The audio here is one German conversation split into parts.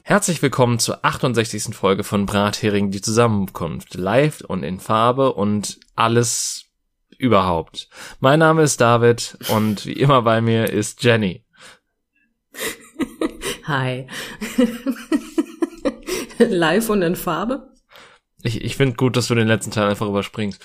Herzlich willkommen zur 68. Folge von Brathering, die Zusammenkunft. Live und in Farbe und alles überhaupt. Mein Name ist David und wie immer bei mir ist Jenny. Hi. Live und in Farbe? Ich finde gut, dass du den letzten Teil einfach überspringst.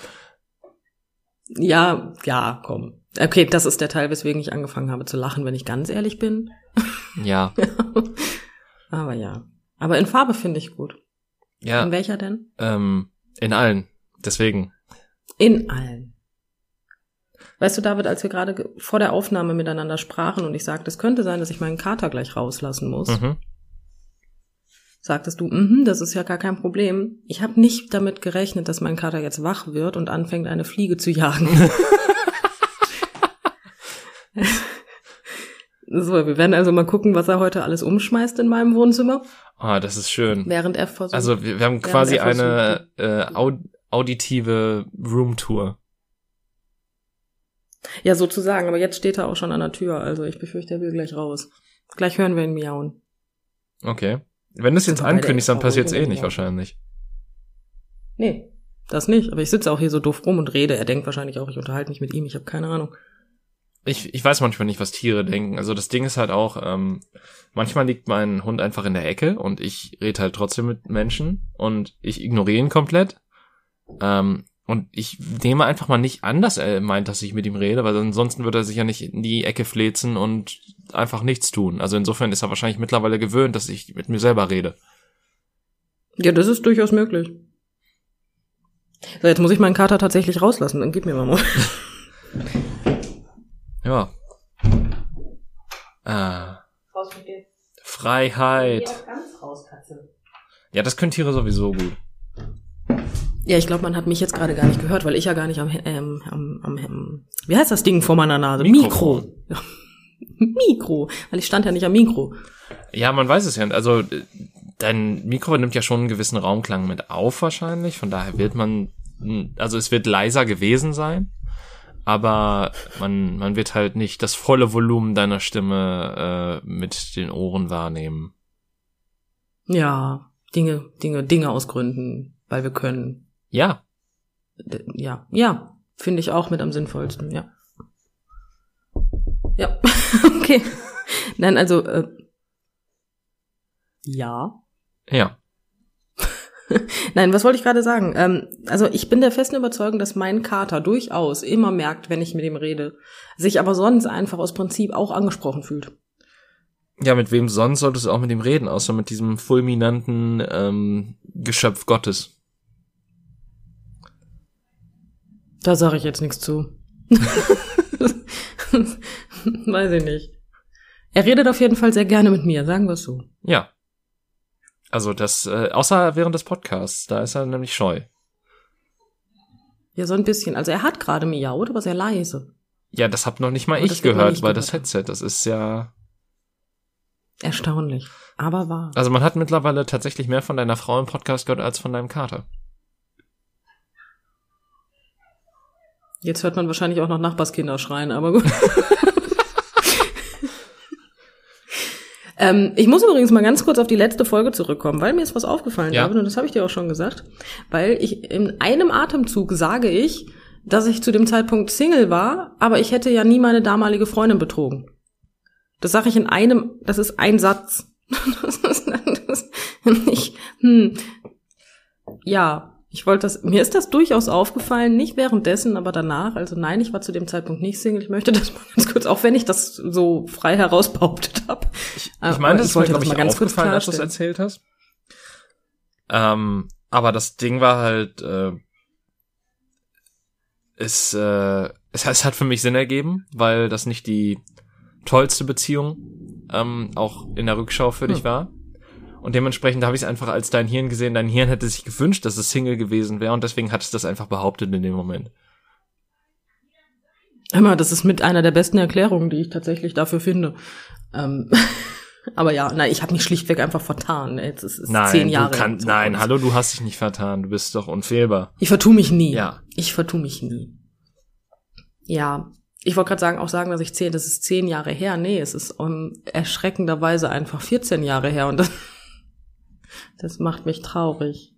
Ja, komm. Okay, das ist der Teil, weswegen ich angefangen habe zu lachen, wenn ich ganz ehrlich bin. Ja. Aber ja. Aber in Farbe finde ich gut. Ja. In welcher denn? In allen. Deswegen. In allen. Weißt du, David, als wir gerade vor der Aufnahme miteinander sprachen und ich sagte, es könnte sein, dass ich meinen Kater gleich rauslassen muss, sagtest du, das ist ja gar kein Problem. Ich habe nicht damit gerechnet, dass mein Kater jetzt wach wird und anfängt, eine Fliege zu jagen. So, wir werden also mal gucken, was er heute alles umschmeißt in meinem Wohnzimmer. Ah, das ist schön. Während er versucht. Also wir haben quasi eine auditive Roomtour. Ja, sozusagen, aber jetzt steht er auch schon an der Tür, also ich befürchte, er will gleich raus. Gleich hören wir ihn miauen. Okay. Wenn du es jetzt ankündigst, dann passiert's nicht wahrscheinlich. Nee, das nicht. Aber ich sitze auch hier so doof rum und rede. Er denkt wahrscheinlich auch, ich unterhalte mich mit ihm. Ich habe keine Ahnung. Ich weiß manchmal nicht, was Tiere denken. Also das Ding ist halt auch, manchmal liegt mein Hund einfach in der Ecke und ich rede halt trotzdem mit Menschen und ich ignoriere ihn komplett. Und ich nehme einfach mal nicht an, dass er meint, dass ich mit ihm rede, weil ansonsten würde er sich ja nicht in die Ecke fläzen und einfach nichts tun. Also insofern ist er wahrscheinlich mittlerweile gewöhnt, dass ich mit mir selber rede. Ja, das ist durchaus möglich. So, jetzt muss ich meinen Kater tatsächlich rauslassen, dann gib mir mal. Ja. Raus mit dir. Freiheit. Geh auch ganz raus, Katze. Ja, das können Tiere sowieso gut. Ja, ich glaube, man hat mich jetzt gerade gar nicht gehört, weil ich ja gar nicht am wie heißt das Ding vor meiner Nase? Mikrofon. Mikro. Weil ich stand ja nicht am Mikro. Ja, man weiß es ja nicht. Also dein Mikro nimmt ja schon einen gewissen Raumklang mit auf wahrscheinlich. Von daher es wird leiser gewesen sein. Aber man wird halt nicht das volle Volumen deiner Stimme mit den Ohren wahrnehmen. Ja, Dinge ausgründen, weil wir können. Ja. Ja, finde ich auch mit am sinnvollsten, ja. Ja, okay. Nein, also, ja. Ja. Nein, was wollte ich gerade sagen? Also ich bin der festen Überzeugung, dass mein Kater durchaus immer merkt, wenn ich mit ihm rede, sich aber sonst einfach aus Prinzip auch angesprochen fühlt. Ja, mit wem sonst solltest du auch mit ihm reden, außer mit diesem fulminanten Geschöpf Gottes. Da sage ich jetzt nichts zu. Weiß ich nicht. Er redet auf jeden Fall sehr gerne mit mir, sagen wir es so. Ja. Also das, außer während des Podcasts, da ist er nämlich scheu. Ja, so ein bisschen. Also er hat gerade miaut, aber sehr leise. Ja, das hab noch nicht mal ich gehört, weil das Headset, das ist ja... Erstaunlich, aber wahr. Also man hat mittlerweile tatsächlich mehr von deiner Frau im Podcast gehört, als von deinem Kater. Jetzt hört man wahrscheinlich auch noch Nachbarskinder schreien, aber gut. Ich muss übrigens mal ganz kurz auf die letzte Folge zurückkommen, weil mir ist was aufgefallen, David, und das habe ich dir auch schon gesagt. Weil ich in einem Atemzug sage ich, dass ich zu dem Zeitpunkt Single war, aber ich hätte ja nie meine damalige Freundin betrogen. Das sage ich das ist ein Satz. Mir ist das durchaus aufgefallen, nicht währenddessen, aber danach. Also nein, ich war zu dem Zeitpunkt nicht Single. Ich möchte das mal ganz kurz, auch wenn ich das so frei herausbehauptet habe. Ich meine, das ist mir, glaube ich, ganz aufgefallen, als du es erzählt hast. Aber das Ding war halt, es hat für mich Sinn ergeben, weil das nicht die tollste Beziehung auch in der Rückschau für dich war. Und dementsprechend habe ich es einfach als dein Hirn gesehen. Dein Hirn hätte sich gewünscht, dass es Single gewesen wäre und deswegen hat es das einfach behauptet in dem Moment. Immer, das ist mit einer der besten Erklärungen, die ich tatsächlich dafür finde. Aber ja, nein, ich habe mich schlichtweg einfach vertan. Jetzt ist es 10 Jahre. Nein, hallo, du hast dich nicht vertan. Du bist doch unfehlbar. Ich vertue mich nie. Ja. Ich vertue mich nie. Ja. Ich wollte gerade sagen, dass es 10 Jahre her. Nee, es ist erschreckenderweise einfach 14 Jahre her. Und das Das macht mich traurig.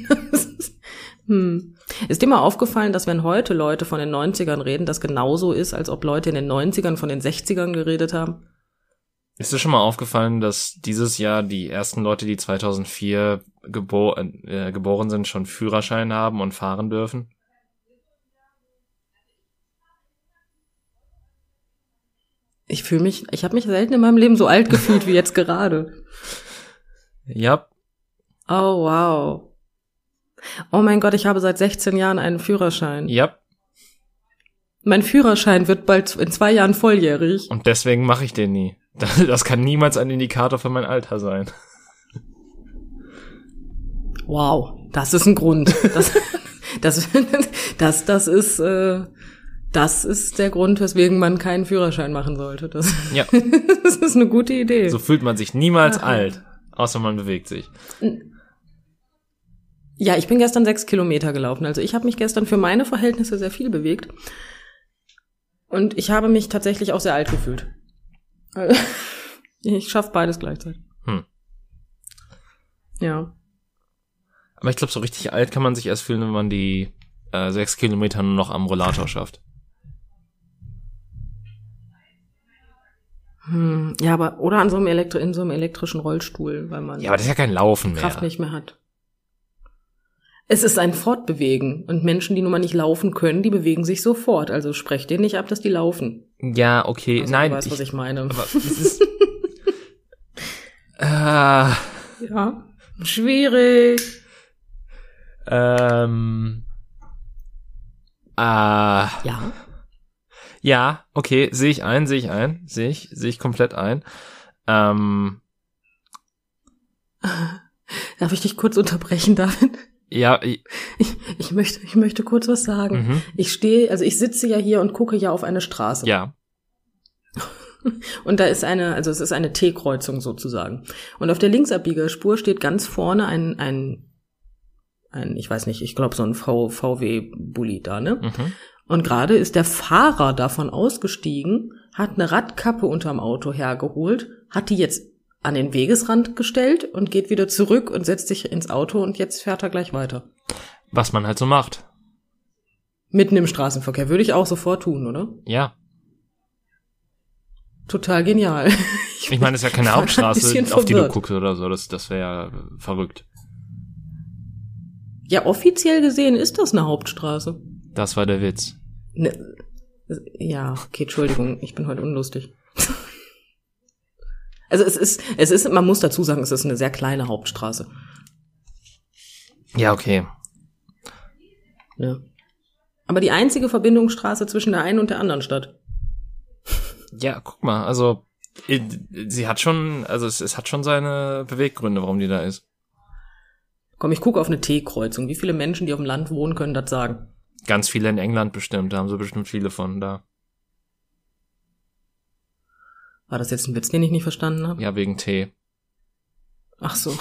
Ist dir mal aufgefallen, dass wenn heute Leute von den 90ern reden, das genauso ist, als ob Leute in den 90ern von den 60ern geredet haben? Ist dir schon mal aufgefallen, dass dieses Jahr die ersten Leute, die 2004 geboren sind, schon Führerschein haben und fahren dürfen? Ich habe mich selten in meinem Leben so alt gefühlt wie jetzt gerade. Ja. Oh, wow. Oh mein Gott, ich habe seit 16 Jahren einen Führerschein. Ja. Mein Führerschein wird bald in 2 Jahren volljährig. Und deswegen mache ich den nie. Das kann niemals ein Indikator für mein Alter sein. Wow, das ist ein Grund. Das ist der Grund, weswegen man keinen Führerschein machen sollte. Das ist eine gute Idee. So fühlt man sich niemals alt, außer man bewegt sich. Ja, ich bin gestern 6 Kilometer gelaufen. Also ich habe mich gestern für meine Verhältnisse sehr viel bewegt. Und ich habe mich tatsächlich auch sehr alt gefühlt. Ich schaffe beides gleichzeitig. Ja. Aber ich glaube, so richtig alt kann man sich erst fühlen, wenn man die 6 Kilometer nur noch am Rollator schafft. Ja, aber oder in so einem elektrischen Rollstuhl, weil man aber das ist ja kein Laufen Kraft mehr. nicht mehr hat. Es ist ein Fortbewegen und Menschen, die nun mal nicht laufen können, die bewegen sich sofort. Also sprecht denen nicht ab, dass die laufen. Ja, okay, also, nein. Du weißt, was ich meine. Aber es ist ja, schwierig. Ja. Ja, okay, sehe ich komplett ein. Darf ich dich kurz unterbrechen, David? Ja. Ich möchte kurz was sagen. Ich sitze ja hier und gucke ja auf eine Straße. Ja. Und da ist es ist eine T-Kreuzung sozusagen. Und auf der Linksabbiegerspur steht ganz vorne ein ich weiß nicht, ich glaube so ein VW-Bulli da, ne? Und gerade ist der Fahrer davon ausgestiegen, hat eine Radkappe unterm Auto hergeholt, hat die jetzt an den Wegesrand gestellt und geht wieder zurück und setzt sich ins Auto und jetzt fährt er gleich weiter. Was man halt so macht. Mitten im Straßenverkehr. Würde ich auch sofort tun, oder? Ja. Total genial. Ich meine, es ist ja keine Hauptstraße, auf die du guckst oder so. Das wäre ja verrückt. Ja, offiziell gesehen ist das eine Hauptstraße. Das war der Witz. Ja, okay, Entschuldigung, ich bin heute unlustig. Also es ist, man muss dazu sagen, es ist eine sehr kleine Hauptstraße. Ja, okay. Ja. Aber die einzige Verbindungsstraße zwischen der einen und der anderen Stadt. Ja, guck mal, also es hat schon seine Beweggründe, warum die da ist. Komm, ich gucke auf eine T-Kreuzung. Wie viele Menschen, die auf dem Land wohnen, können das sagen? Ganz viele in England bestimmt, da haben sie bestimmt viele von da. War das jetzt ein Witz, den ich nicht verstanden habe? Ja, wegen Tee. Ach so.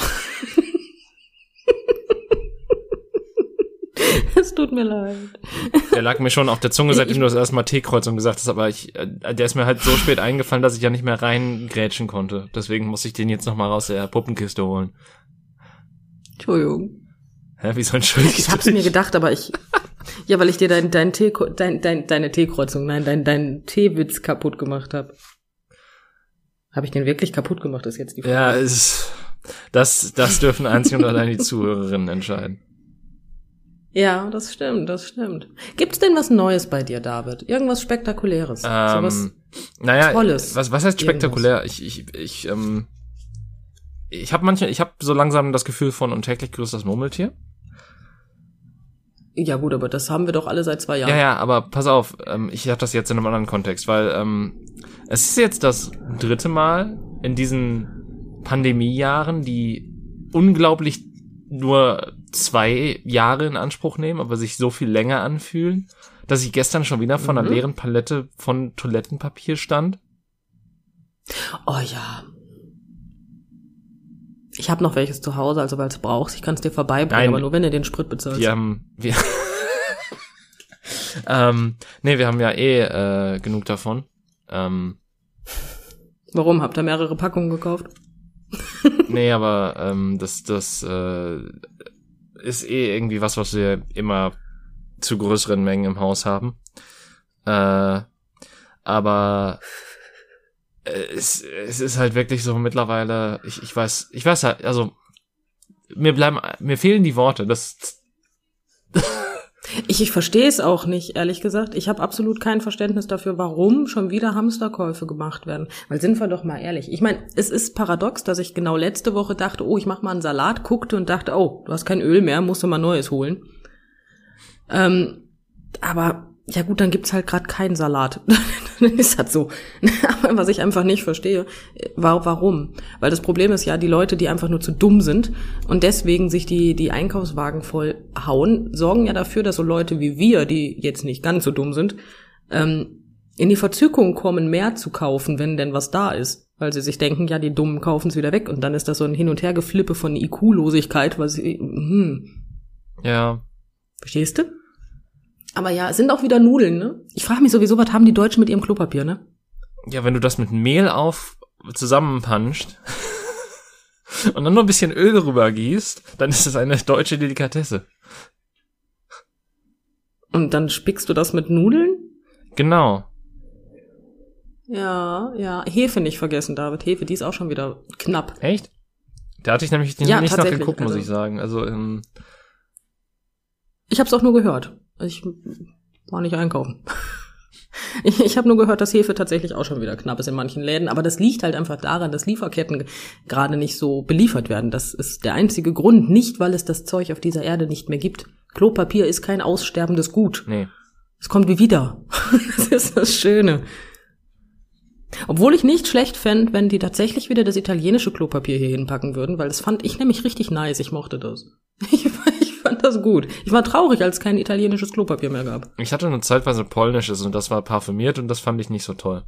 Es tut mir leid. Der lag mir schon auf der Zunge, seitdem du das erste Mal T-Kreuzung gesagt hast, aber der ist mir halt so spät eingefallen, dass ich ja nicht mehr reingrätschen konnte. Deswegen muss ich den jetzt nochmal raus der Puppenkiste holen. Entschuldigung. Hä, wieso entschuldigt? Ich hab's mir gedacht, aber ja, weil ich dir deinen Teewitz kaputt gemacht habe. Habe ich den wirklich kaputt gemacht, ist jetzt die Frage. Ja, das dürfen einzig und allein die Zuhörerinnen entscheiden. Ja, das stimmt. Gibt's denn was Neues bei dir, David? Irgendwas Spektakuläres? Sowas Tolles? Was heißt spektakulär? Ich habe so langsam das Gefühl von und täglich grüßt das Murmeltier. Ja gut, aber das haben wir doch alle seit 2 Jahren. Ja, aber pass auf, ich habe das jetzt in einem anderen Kontext, weil es ist jetzt das 3. Mal in diesen Pandemiejahren, die unglaublich nur 2 Jahre in Anspruch nehmen, aber sich so viel länger anfühlen, dass ich gestern schon wieder vor einer leeren Palette von Toilettenpapier stand. Oh ja. Ich habe noch welches zu Hause, also weil es brauchst. Ich kann es dir vorbeibringen, aber nur wenn du den Sprit bezahlst. Wir haben ja genug davon. Warum? Habt ihr mehrere Packungen gekauft? Nee, aber das ist irgendwie was wir immer zu größeren Mengen im Haus haben. Aber es ist halt wirklich so mittlerweile, ich weiß halt, also mir fehlen die Worte, Ich verstehe es auch nicht, ehrlich gesagt. Ich habe absolut kein Verständnis dafür, warum schon wieder Hamsterkäufe gemacht werden. Weil sind wir doch mal ehrlich. Ich meine, es ist paradox, dass ich genau letzte Woche dachte, ich mache mal einen Salat, guckte und dachte, du hast kein Öl mehr, musst du mal Neues holen. Aber ja gut, dann gibt's halt gerade keinen Salat. Dann ist das so. Aber was ich einfach nicht verstehe, warum? Weil das Problem ist ja, die Leute, die einfach nur zu dumm sind und deswegen sich die Einkaufswagen voll hauen, sorgen ja dafür, dass so Leute wie wir, die jetzt nicht ganz so dumm sind, in die Verzückung kommen, mehr zu kaufen, wenn denn was da ist. Weil sie sich denken, ja, die Dummen kaufen es wieder weg. Und dann ist das so ein Hin- und Hergeflippe von IQ-Losigkeit, Ja. Verstehst du? Aber ja, es sind auch wieder Nudeln, ne? Ich frage mich sowieso, was haben die Deutschen mit ihrem Klopapier, ne? Ja, wenn du das mit Mehl zusammenpanscht und dann noch ein bisschen Öl drüber gießt, dann ist es eine deutsche Delikatesse. Und dann spickst du das mit Nudeln? Genau. Ja. Hefe nicht vergessen, David. Hefe, die ist auch schon wieder knapp. Echt? Da hatte ich nämlich nicht nachgeguckt, muss ich sagen. Also, ich hab's auch nur gehört. Ich war nicht einkaufen. Ich habe nur gehört, dass Hefe tatsächlich auch schon wieder knapp ist in manchen Läden. Aber das liegt halt einfach daran, dass Lieferketten gerade nicht so beliefert werden. Das ist der einzige Grund. Nicht, weil es das Zeug auf dieser Erde nicht mehr gibt. Klopapier ist kein aussterbendes Gut. Nee. Es kommt wie wieder. Das ist das Schöne. Obwohl ich nicht schlecht fände, wenn die tatsächlich wieder das italienische Klopapier hier hinpacken würden, weil das fand ich nämlich richtig nice. Ich mochte das. Ich fand das gut. Ich war traurig, als es kein italienisches Klopapier mehr gab. Ich hatte eine zeitweise polnisches und das war parfümiert und das fand ich nicht so toll.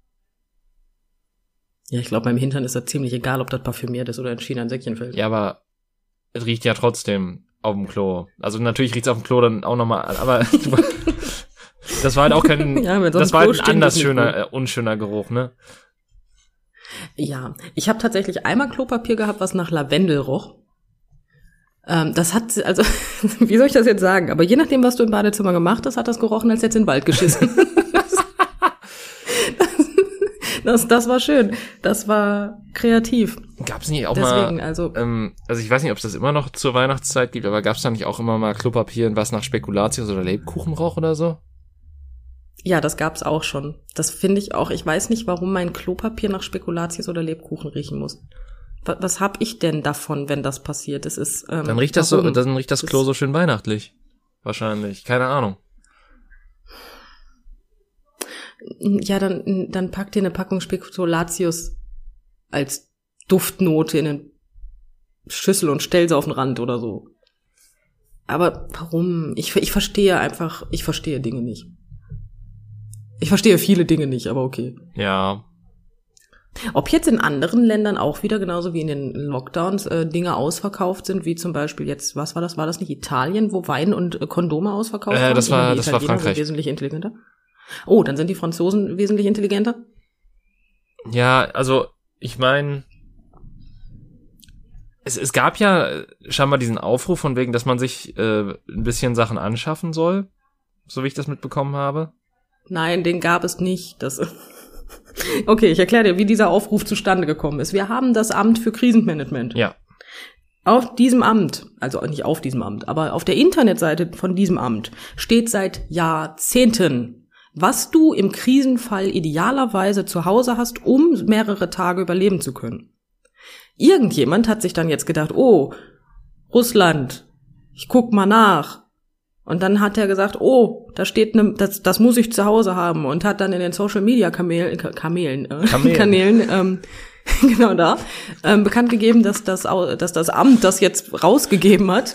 Ja, ich glaube, beim Hintern ist das ziemlich egal, ob das parfümiert ist oder in China ein Säckchen fällt. Ja, aber es riecht ja trotzdem auf dem Klo. Also natürlich riecht's auf dem Klo dann auch nochmal, aber das war halt auch kein, ja, das war halt ein anders unschöner Geruch, ne? Ja, ich habe tatsächlich einmal Klopapier gehabt, was nach Lavendel roch. Das hat, also, wie soll ich das jetzt sagen? Aber je nachdem, was du im Badezimmer gemacht hast, hat das gerochen, als hättest du in den Wald geschissen. Das war schön. Das war kreativ. Gab's nicht auch deswegen, mal, also ich weiß nicht, ob es das immer noch zur Weihnachtszeit gibt, aber gab's da nicht auch immer mal Klopapier, was nach Spekulatius oder Lebkuchen roch oder so? Ja, das gab's auch schon. Das finde ich auch. Ich weiß nicht, warum mein Klopapier nach Spekulatius oder Lebkuchen riechen muss. Was hab ich denn davon, wenn das passiert? Das ist dann riecht das Klo so schön weihnachtlich. Wahrscheinlich, keine Ahnung. Ja, dann pack dir eine Packung Spekulatius als Duftnote in eine Schüssel und stell sie auf den Rand oder so. Aber warum? Ich verstehe Dinge nicht. Ich verstehe viele Dinge nicht, aber okay. Ja. Ob jetzt in anderen Ländern auch wieder genauso wie in den Lockdowns Dinge ausverkauft sind, wie zum Beispiel jetzt, was war das? War das nicht Italien, wo Wein und Kondome ausverkauft waren? Das war Frankreich. Wesentlich intelligenter. Oh, dann sind die Franzosen wesentlich intelligenter? Ja, also ich meine, es gab ja scheinbar diesen Aufruf von wegen, dass man sich ein bisschen Sachen anschaffen soll, so wie ich das mitbekommen habe. Nein, den gab es nicht. Okay, ich erkläre dir, wie dieser Aufruf zustande gekommen ist. Wir haben das Amt für Krisenmanagement. Ja. Auf diesem Amt, also nicht auf diesem Amt, aber auf der Internetseite von diesem Amt steht seit Jahrzehnten, was du im Krisenfall idealerweise zu Hause hast, um mehrere Tage überleben zu können. Irgendjemand hat sich dann jetzt gedacht, oh, Russland, ich guck mal nach. Und dann hat er gesagt, oh, da steht das muss ich zu Hause haben, und hat dann in den Social Media Kanälen genau da bekannt gegeben, dass das Amt das jetzt rausgegeben hat.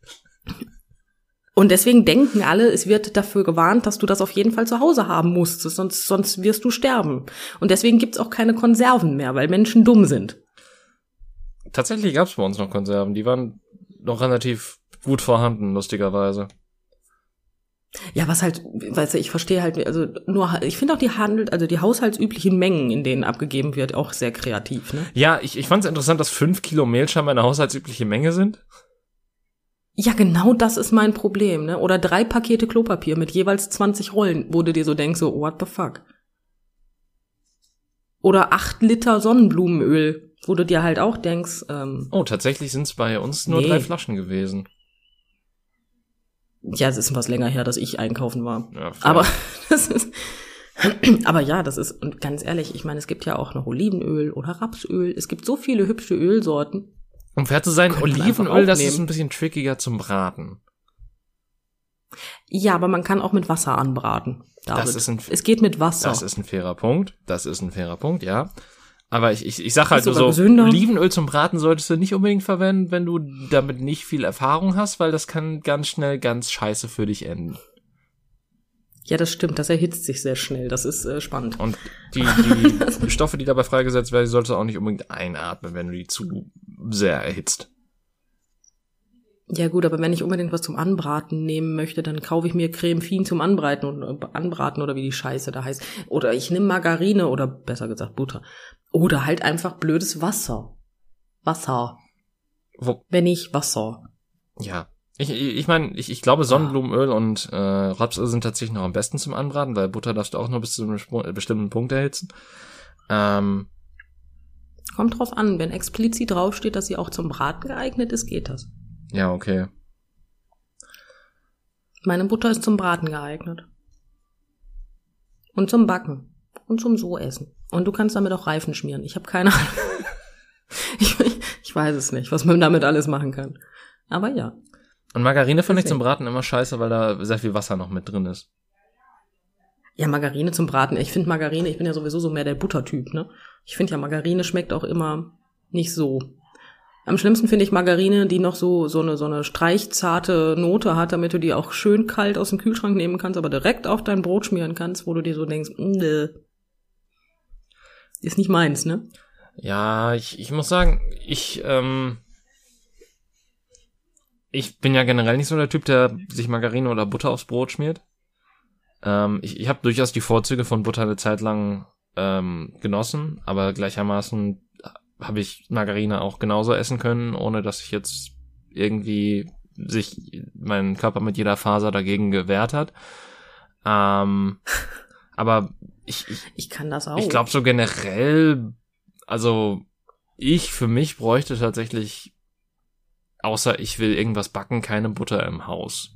Und deswegen denken alle, es wird dafür gewarnt, dass du das auf jeden Fall zu Hause haben musst, sonst wirst du sterben. Und deswegen gibt's auch keine Konserven mehr, weil Menschen dumm sind. Tatsächlich gab's bei uns noch Konserven, die waren noch relativ gut vorhanden, lustigerweise. Ja, was halt, weißt du, ich verstehe halt, also nur, ich finde auch die haushaltsüblichen Mengen, in denen abgegeben wird, auch sehr kreativ, ne? Ja, ich fand es interessant, dass 5 Kilo Mehl scheinbar eine haushaltsübliche Menge sind. Ja, genau das ist mein Problem, ne? Oder 3 Pakete Klopapier mit jeweils 20 Rollen, wo du dir so denkst, so, what the fuck? Oder 8 Liter Sonnenblumenöl, wo du dir halt auch denkst, Oh, tatsächlich sind es bei uns nur 3 Flaschen gewesen. Ja, es ist was länger her, dass ich einkaufen war. Ja, aber das ist, und ganz ehrlich, ich meine, es gibt ja auch noch Olivenöl oder Rapsöl. Es gibt so viele hübsche Ölsorten. Um fair zu sein, Olivenöl, das ist ein bisschen trickiger zum Braten. Ja, aber man kann auch mit Wasser anbraten. David. Es geht mit Wasser. Das ist ein fairer Punkt, ja. Aber ich sag halt so, gesünder. Olivenöl zum Braten solltest du nicht unbedingt verwenden, wenn du damit nicht viel Erfahrung hast, weil das kann ganz schnell ganz scheiße für dich enden. Ja, das stimmt, das erhitzt sich sehr schnell, das ist spannend. Und die Stoffe, die dabei freigesetzt werden, die solltest du auch nicht unbedingt einatmen, wenn du die zu sehr erhitzt. Ja gut, aber wenn ich unbedingt was zum Anbraten nehmen möchte, dann kaufe ich mir Creme Fin zum Anbraten oder wie die Scheiße da heißt. Oder ich nehme Margarine oder besser gesagt Butter. Oder halt einfach blödes Wasser. Wenn nicht Wasser. Ja. Ich meine, ich glaube, Sonnenblumenöl und Rapsöl sind tatsächlich noch am besten zum Anbraten, weil Butter darfst du auch nur bis zu einem bestimmten Punkt erhitzen. Kommt drauf an, wenn explizit draufsteht, dass sie auch zum Braten geeignet ist, geht das. Ja, okay. Meine Butter ist zum Braten geeignet. Und zum Backen. Und zum So-Essen. Und du kannst damit auch Reifen schmieren. Ich habe keine Ahnung. Ich weiß es nicht, was man damit alles machen kann. Aber ja. Und Margarine finde ich zum Braten immer scheiße, weil da sehr viel Wasser noch mit drin ist. Ja, Margarine zum Braten. Ich finde Margarine, ich bin ja sowieso so mehr der Buttertyp, ne? Ich finde ja, Margarine schmeckt auch immer nicht so. Am schlimmsten finde ich Margarine, die noch so eine streichzarte Note hat, damit du die auch schön kalt aus dem Kühlschrank nehmen kannst, aber direkt auf dein Brot schmieren kannst, wo du dir so denkst, ist nicht meins, ne? Ja, ich muss sagen, ich bin ja generell nicht so der Typ, der sich Margarine oder Butter aufs Brot schmiert. Ich habe durchaus die Vorzüge von Butter eine Zeit lang genossen, aber gleichermaßen habe ich Margarine auch genauso essen können, ohne dass ich jetzt irgendwie sich mein Körper mit jeder Faser dagegen gewehrt hat. Aber ich kann das auch. Ich glaube so generell, also ich für mich bräuchte tatsächlich, außer ich will irgendwas backen, keine Butter im Haus.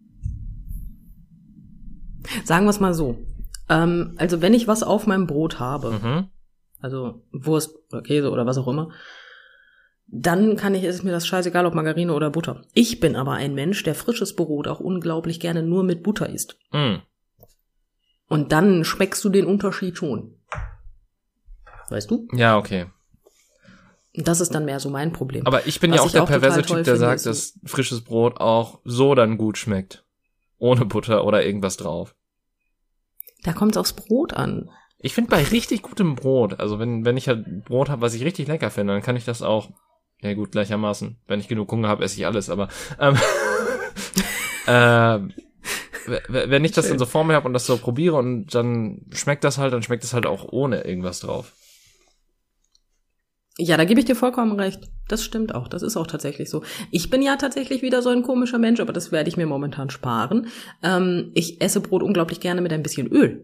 Sagen wir es mal so. Also wenn ich was auf meinem Brot habe, also Wurst oder Käse oder was auch immer, dann ist mir das scheißegal, ob Margarine oder Butter. Ich bin aber ein Mensch, der frisches Brot auch unglaublich gerne nur mit Butter isst. Und dann schmeckst du den Unterschied schon. Weißt du? Ja, okay. Das ist dann mehr so mein Problem. Aber ich bin ja auch der perverse Typ, der sagt, dass frisches Brot auch so dann gut schmeckt. Ohne Butter oder irgendwas drauf. Da kommt's aufs Brot an. Ich finde bei richtig gutem Brot, also wenn ich halt Brot habe, was ich richtig lecker finde, dann kann ich das auch, ja gut, gleichermaßen. Wenn ich genug Hunger habe, esse ich alles, aber wenn ich das dann so vor mir habe und das so probiere und dann schmeckt das halt auch ohne irgendwas drauf. Ja, da gebe ich dir vollkommen recht. Das stimmt auch. Das ist auch tatsächlich so. Ich bin ja tatsächlich wieder so ein komischer Mensch, aber das werde ich mir momentan sparen. Ich esse Brot unglaublich gerne mit ein bisschen Öl.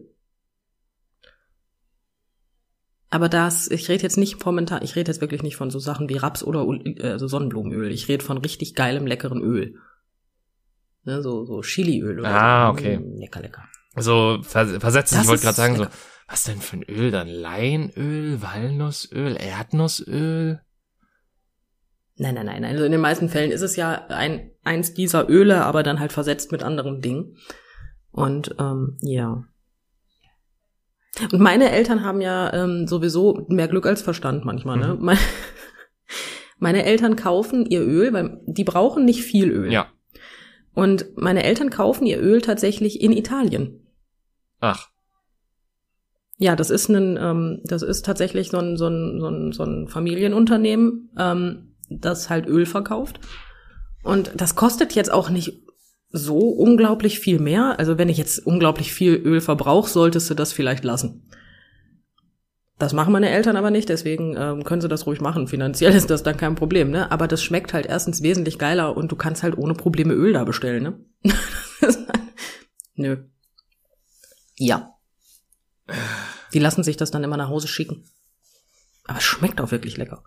Aber ich rede jetzt wirklich nicht von so Sachen wie Raps oder also Sonnenblumenöl. Ich rede von richtig geilem, leckeren Öl. Ne, so Chiliöl oder so. Ah, okay. Lecker. So versetzt sich, ich wollte gerade sagen, lecker. So, was denn für ein Öl dann? Leinöl, Walnussöl, Erdnussöl? Nein. Also in den meisten Fällen ist es ja eins dieser Öle, aber dann halt versetzt mit anderen Dingen. Und ja. Und meine Eltern haben ja sowieso mehr Glück als Verstand manchmal, ne? Meine Eltern kaufen ihr Öl, weil die brauchen nicht viel Öl. Ja. Und meine Eltern kaufen ihr Öl tatsächlich in Italien. Ach. Ja, das ist tatsächlich so ein Familienunternehmen, das halt Öl verkauft. Und das kostet jetzt auch nicht so unglaublich viel mehr. Also wenn ich jetzt unglaublich viel Öl verbrauche, solltest du das vielleicht lassen. Das machen meine Eltern aber nicht, deswegen können sie das ruhig machen. Finanziell ist das dann kein Problem, ne? Aber das schmeckt halt erstens wesentlich geiler und du kannst halt ohne Probleme Öl da bestellen, ne? Nö. Ja. Die lassen sich das dann immer nach Hause schicken. Aber es schmeckt auch wirklich lecker.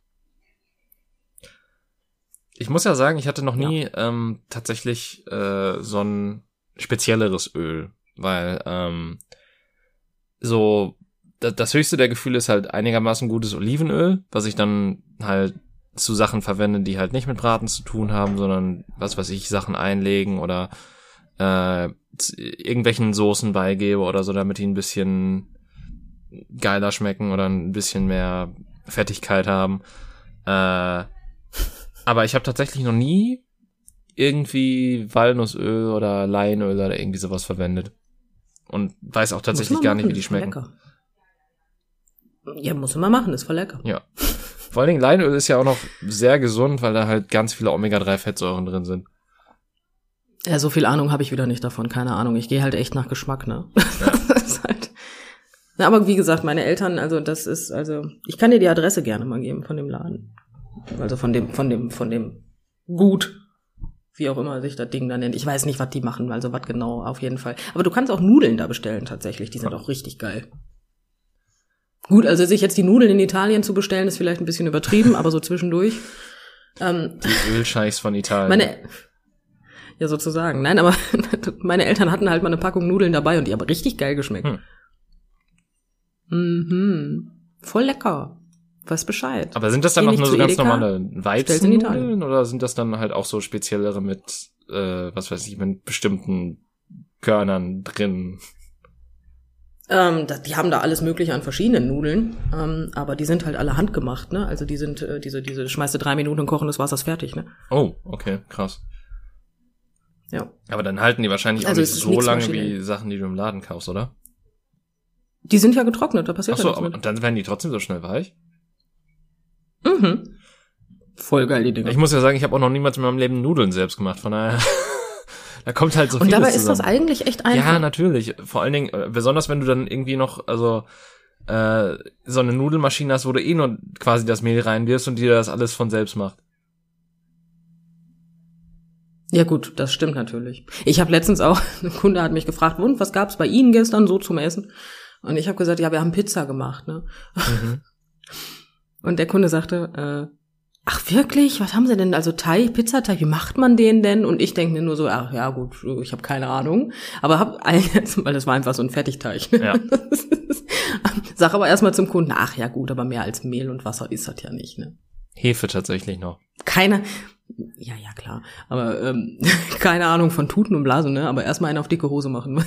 Ich muss ja sagen, ich hatte noch nie tatsächlich so ein spezielleres Öl, weil so das höchste der Gefühle ist halt einigermaßen gutes Olivenöl, was ich dann halt zu Sachen verwende, die halt nicht mit Braten zu tun haben, sondern was weiß ich, Sachen einlegen oder irgendwelchen Soßen beigebe oder so, damit die ein bisschen geiler schmecken oder ein bisschen mehr Fettigkeit haben. Aber ich habe tatsächlich noch nie irgendwie Walnussöl oder Leinöl oder irgendwie sowas verwendet. Und weiß auch tatsächlich gar nicht, wie die schmecken. Lecker. Ja, muss man machen, ist voll lecker. Ja. Vor allen Dingen Leinöl ist ja auch noch sehr gesund, weil da halt ganz viele Omega-3-Fettsäuren drin sind. Ja, so viel Ahnung habe ich wieder nicht davon, keine Ahnung. Ich gehe halt echt nach Geschmack, ne? Ja. Das ist halt. Na, aber wie gesagt, meine Eltern, ich kann dir die Adresse gerne mal geben von dem Laden. Also von dem Gut, wie auch immer sich das Ding da nennt. Ich weiß nicht, was die machen, also was genau, auf jeden Fall. Aber du kannst auch Nudeln da bestellen tatsächlich, die sind auch richtig geil. Gut, also sich jetzt die Nudeln in Italien zu bestellen, ist vielleicht ein bisschen übertrieben, aber so zwischendurch. Die Ölscheichs von Italien. Ja, sozusagen. Nein, aber meine Eltern hatten halt mal eine Packung Nudeln dabei und die haben richtig geil geschmeckt. Voll lecker. Weiß Bescheid. Aber sind das dann auch nur so ganz normale Weizennudeln oder sind das dann halt auch so speziellere mit, was weiß ich, mit bestimmten Körnern drin? Die haben da alles Mögliche an verschiedenen Nudeln, aber die sind halt alle handgemacht, ne? Also die sind, diese schmeißt du 3 Minuten in kochendes Wasser, ist fertig, ne? Oh, okay, krass. Ja. Aber dann halten die wahrscheinlich auch nicht so lange wie Sachen, die du im Laden kaufst, oder? Die sind ja getrocknet, da passiert ja nichts mit. Und dann werden die trotzdem so schnell weich? Voll geil, die Dinger. Ich muss ja sagen, ich habe auch noch niemals in meinem Leben Nudeln selbst gemacht, von daher... Da kommt halt so viel zusammen. Und dabei ist das eigentlich echt einfach. Ja, natürlich. Vor allen Dingen, besonders wenn du dann irgendwie noch, so eine Nudelmaschine hast, wo du nur quasi das Mehl reinwirfst und die das alles von selbst macht. Ja gut, das stimmt natürlich. Ich habe letztens auch, ein Kunde hat mich gefragt, und was gab's bei Ihnen gestern so zum Essen? Und ich habe gesagt, ja, wir haben Pizza gemacht, ne? Und der Kunde sagte, ach wirklich, was haben Sie denn, also Teig, Pizzateig, wie macht man den denn? Und ich denke mir nur so, ach ja gut, ich habe keine Ahnung. Aber weil das war einfach so ein Fertigteig. Ja. Sag aber erstmal zum Kunden, ach ja gut, aber mehr als Mehl und Wasser ist das ja nicht, ne? Hefe tatsächlich noch. Ja, klar. Aber keine Ahnung von Tuten und Blasen, ne? Aber erstmal einen auf dicke Hose machen.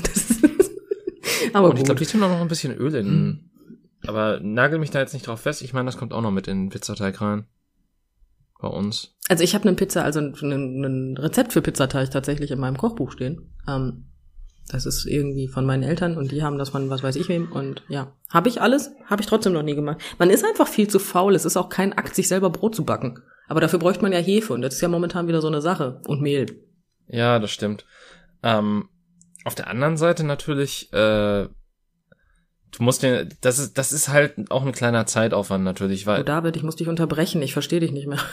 Aber und ich glaube, die tun auch noch ein bisschen Öl in. Aber nagel mich da jetzt nicht drauf fest. Ich meine, das kommt auch noch mit in den Pizzateig rein. Bei uns. Also ich habe ein Rezept für Pizzateig tatsächlich in meinem Kochbuch stehen. Das ist irgendwie von meinen Eltern und die haben das von was weiß ich wem und ja. Habe ich alles, habe ich trotzdem noch nie gemacht. Man ist einfach viel zu faul, es ist auch kein Akt, sich selber Brot zu backen. Aber dafür bräuchte man ja Hefe und das ist ja momentan wieder so eine Sache. Und Mehl. Ja, das stimmt. Auf der anderen Seite natürlich, du musst das ist halt auch ein kleiner Zeitaufwand natürlich, weil... Oh David, ich muss dich unterbrechen, ich verstehe dich nicht mehr.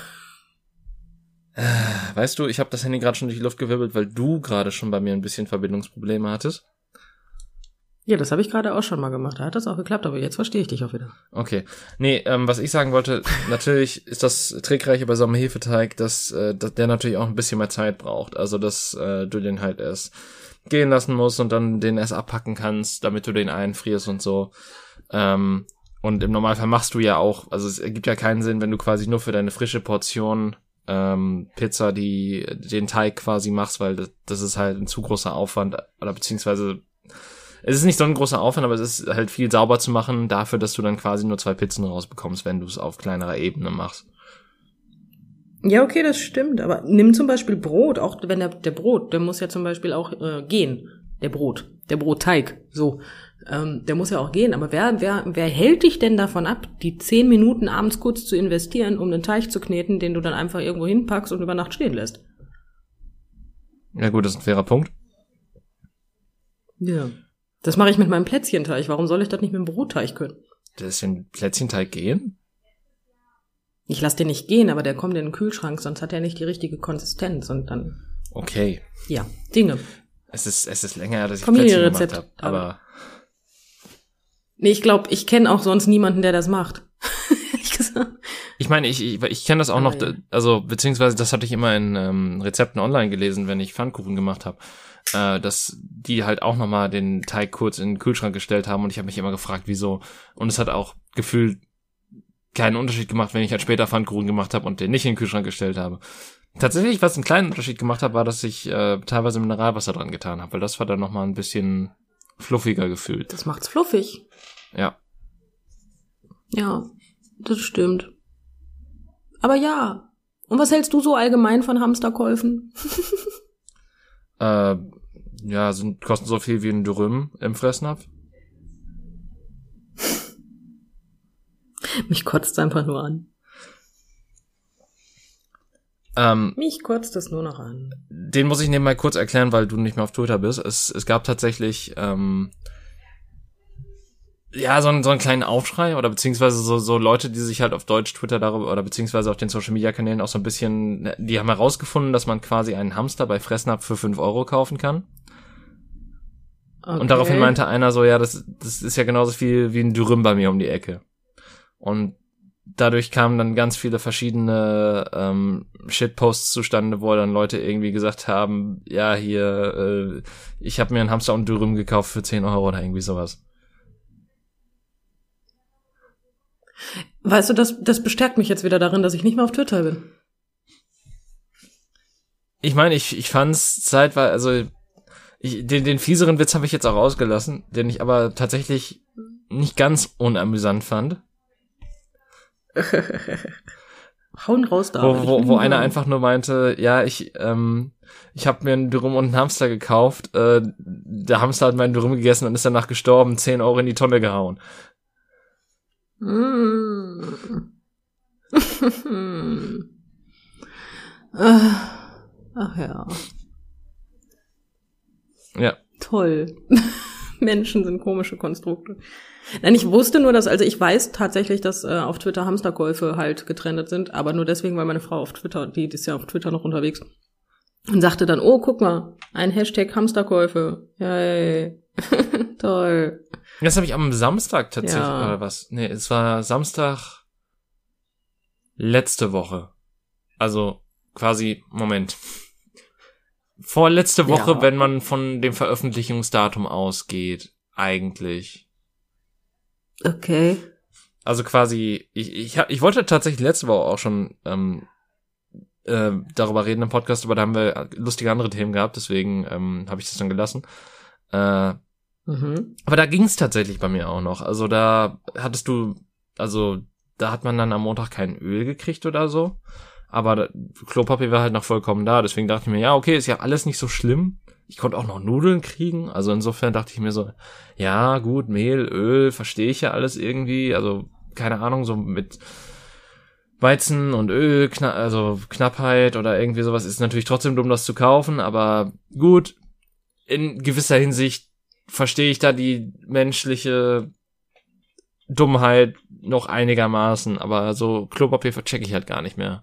Weißt du, ich habe das Handy gerade schon durch die Luft gewirbelt, weil du gerade schon bei mir ein bisschen Verbindungsprobleme hattest. Ja, das habe ich gerade auch schon mal gemacht. Da hat das auch geklappt, aber jetzt verstehe ich dich auch wieder. Okay. Nee, was ich sagen wollte, natürlich ist das Trickreiche bei so einem Hefeteig, dass der natürlich auch ein bisschen mehr Zeit braucht. Also, dass du den halt erst gehen lassen musst und dann den erst abpacken kannst, damit du den einfrierst und so. Und im Normalfall machst du ja auch, also es ergibt ja keinen Sinn, wenn du quasi nur für deine frische Portion Pizza den Teig quasi machst, weil das ist halt ein zu großer Aufwand, oder beziehungsweise es ist nicht so ein großer Aufwand, aber es ist halt viel sauber zu machen dafür, dass du dann quasi nur 2 Pizzen rausbekommst, wenn du es auf kleinerer Ebene machst. Ja, okay, das stimmt, aber nimm zum Beispiel Brot, auch wenn der muss ja zum Beispiel auch gehen, der Brotteig, so, der muss ja auch gehen, aber wer hält dich denn davon ab, die 10 Minuten abends kurz zu investieren, um einen Teig zu kneten, den du dann einfach irgendwo hinpackst und über Nacht stehen lässt? Ja gut, das ist ein fairer Punkt. Ja. Das mache ich mit meinem Plätzchenteig. Warum soll ich das nicht mit dem Brotteig können? Lässt den Plätzchenteig gehen? Ich lasse den nicht gehen, aber der kommt in den Kühlschrank, sonst hat er nicht die richtige Konsistenz und dann... Okay. Ja, Dinge. Es ist länger, dass ich Plätzchen gemacht habe, aber... Nee, ich glaube, ich kenne auch sonst niemanden, der das macht. Ehrlich gesagt. Ich meine, ich kenne das auch noch, ja. Also beziehungsweise das hatte ich immer in Rezepten online gelesen, wenn ich Pfannkuchen gemacht habe, dass die halt auch nochmal den Teig kurz in den Kühlschrank gestellt haben und ich habe mich immer gefragt, wieso. Und es hat auch gefühlt keinen Unterschied gemacht, wenn ich halt später Pfannkuchen gemacht habe und den nicht in den Kühlschrank gestellt habe. Tatsächlich, was einen kleinen Unterschied gemacht hat, war, dass ich teilweise Mineralwasser dran getan habe, weil das war dann nochmal ein bisschen fluffiger gefühlt. Das macht's fluffig. Ja. Ja, das stimmt. Aber ja. Und was hältst du so allgemein von Hamsterkäufen? Ja, kosten so viel wie ein Dürüm im Fressnapf. Mich kotzt einfach nur an. Mich kotzt es nur noch an. Den muss ich nebenbei kurz erklären, weil du nicht mehr auf Twitter bist. Es gab tatsächlich ja, so einen kleinen Aufschrei oder beziehungsweise so Leute, die sich halt auf Deutsch Twitter darüber oder beziehungsweise auf den Social Media Kanälen auch so ein bisschen, die haben herausgefunden, dass man quasi einen Hamster bei Fressnapf für 5 € kaufen kann. Okay. Und daraufhin meinte einer so, ja, das ist ja genauso viel wie ein Dürüm bei mir um die Ecke. Und dadurch kamen dann ganz viele verschiedene Shitposts zustande, wo dann Leute irgendwie gesagt haben, ja, hier, ich habe mir einen Hamster und Dürüm gekauft für 10 € oder irgendwie sowas. Weißt du, das bestärkt mich jetzt wieder darin, dass ich nicht mehr auf Twitter bin. Ich meine, ich fand's zeitweise, also den fieseren Witz habe ich jetzt auch ausgelassen, den ich aber tatsächlich nicht ganz unamüsant fand. Hauen raus da. Wo einer einfach nur meinte, ja, ich habe mir einen Dürüm und einen Hamster gekauft, der Hamster hat meinen Dürüm gegessen und ist danach gestorben, 10 € in die Tonne gehauen. Ach ja. Ja. Toll. Menschen sind komische Konstrukte. Nein, ich wusste nur, also ich weiß tatsächlich, dass auf Twitter Hamsterkäufe halt getrennt sind, aber nur deswegen, weil meine Frau auf Twitter, die ist ja auf Twitter noch unterwegs, und sagte dann, oh, guck mal, ein Hashtag Hamsterkäufe. Yay. Toll. Das habe ich am Samstag tatsächlich, oder was? Nee, es war Samstag letzte Woche. Also quasi, Moment. Vorletzte Woche, wenn man von dem Veröffentlichungsdatum ausgeht, eigentlich. Okay. Also quasi, ich wollte tatsächlich letzte Woche auch schon darüber reden im Podcast, aber da haben wir lustige andere Themen gehabt, deswegen habe ich das dann gelassen. Aber da ging es tatsächlich bei mir auch noch. Also da hat man dann am Montag kein Öl gekriegt oder so. Aber Klopapier war halt noch vollkommen da. Deswegen dachte ich mir, ja, okay, ist ja alles nicht so schlimm. Ich konnte auch noch Nudeln kriegen. Also insofern dachte ich mir so, ja, gut, Mehl, Öl, verstehe ich ja alles irgendwie. Also, keine Ahnung, so mit Weizen und Öl, also Knappheit oder irgendwie sowas ist natürlich trotzdem dumm, das zu kaufen. Aber gut, in gewisser Hinsicht verstehe ich da die menschliche Dummheit noch einigermaßen. Aber so Klopapier checke ich halt gar nicht mehr.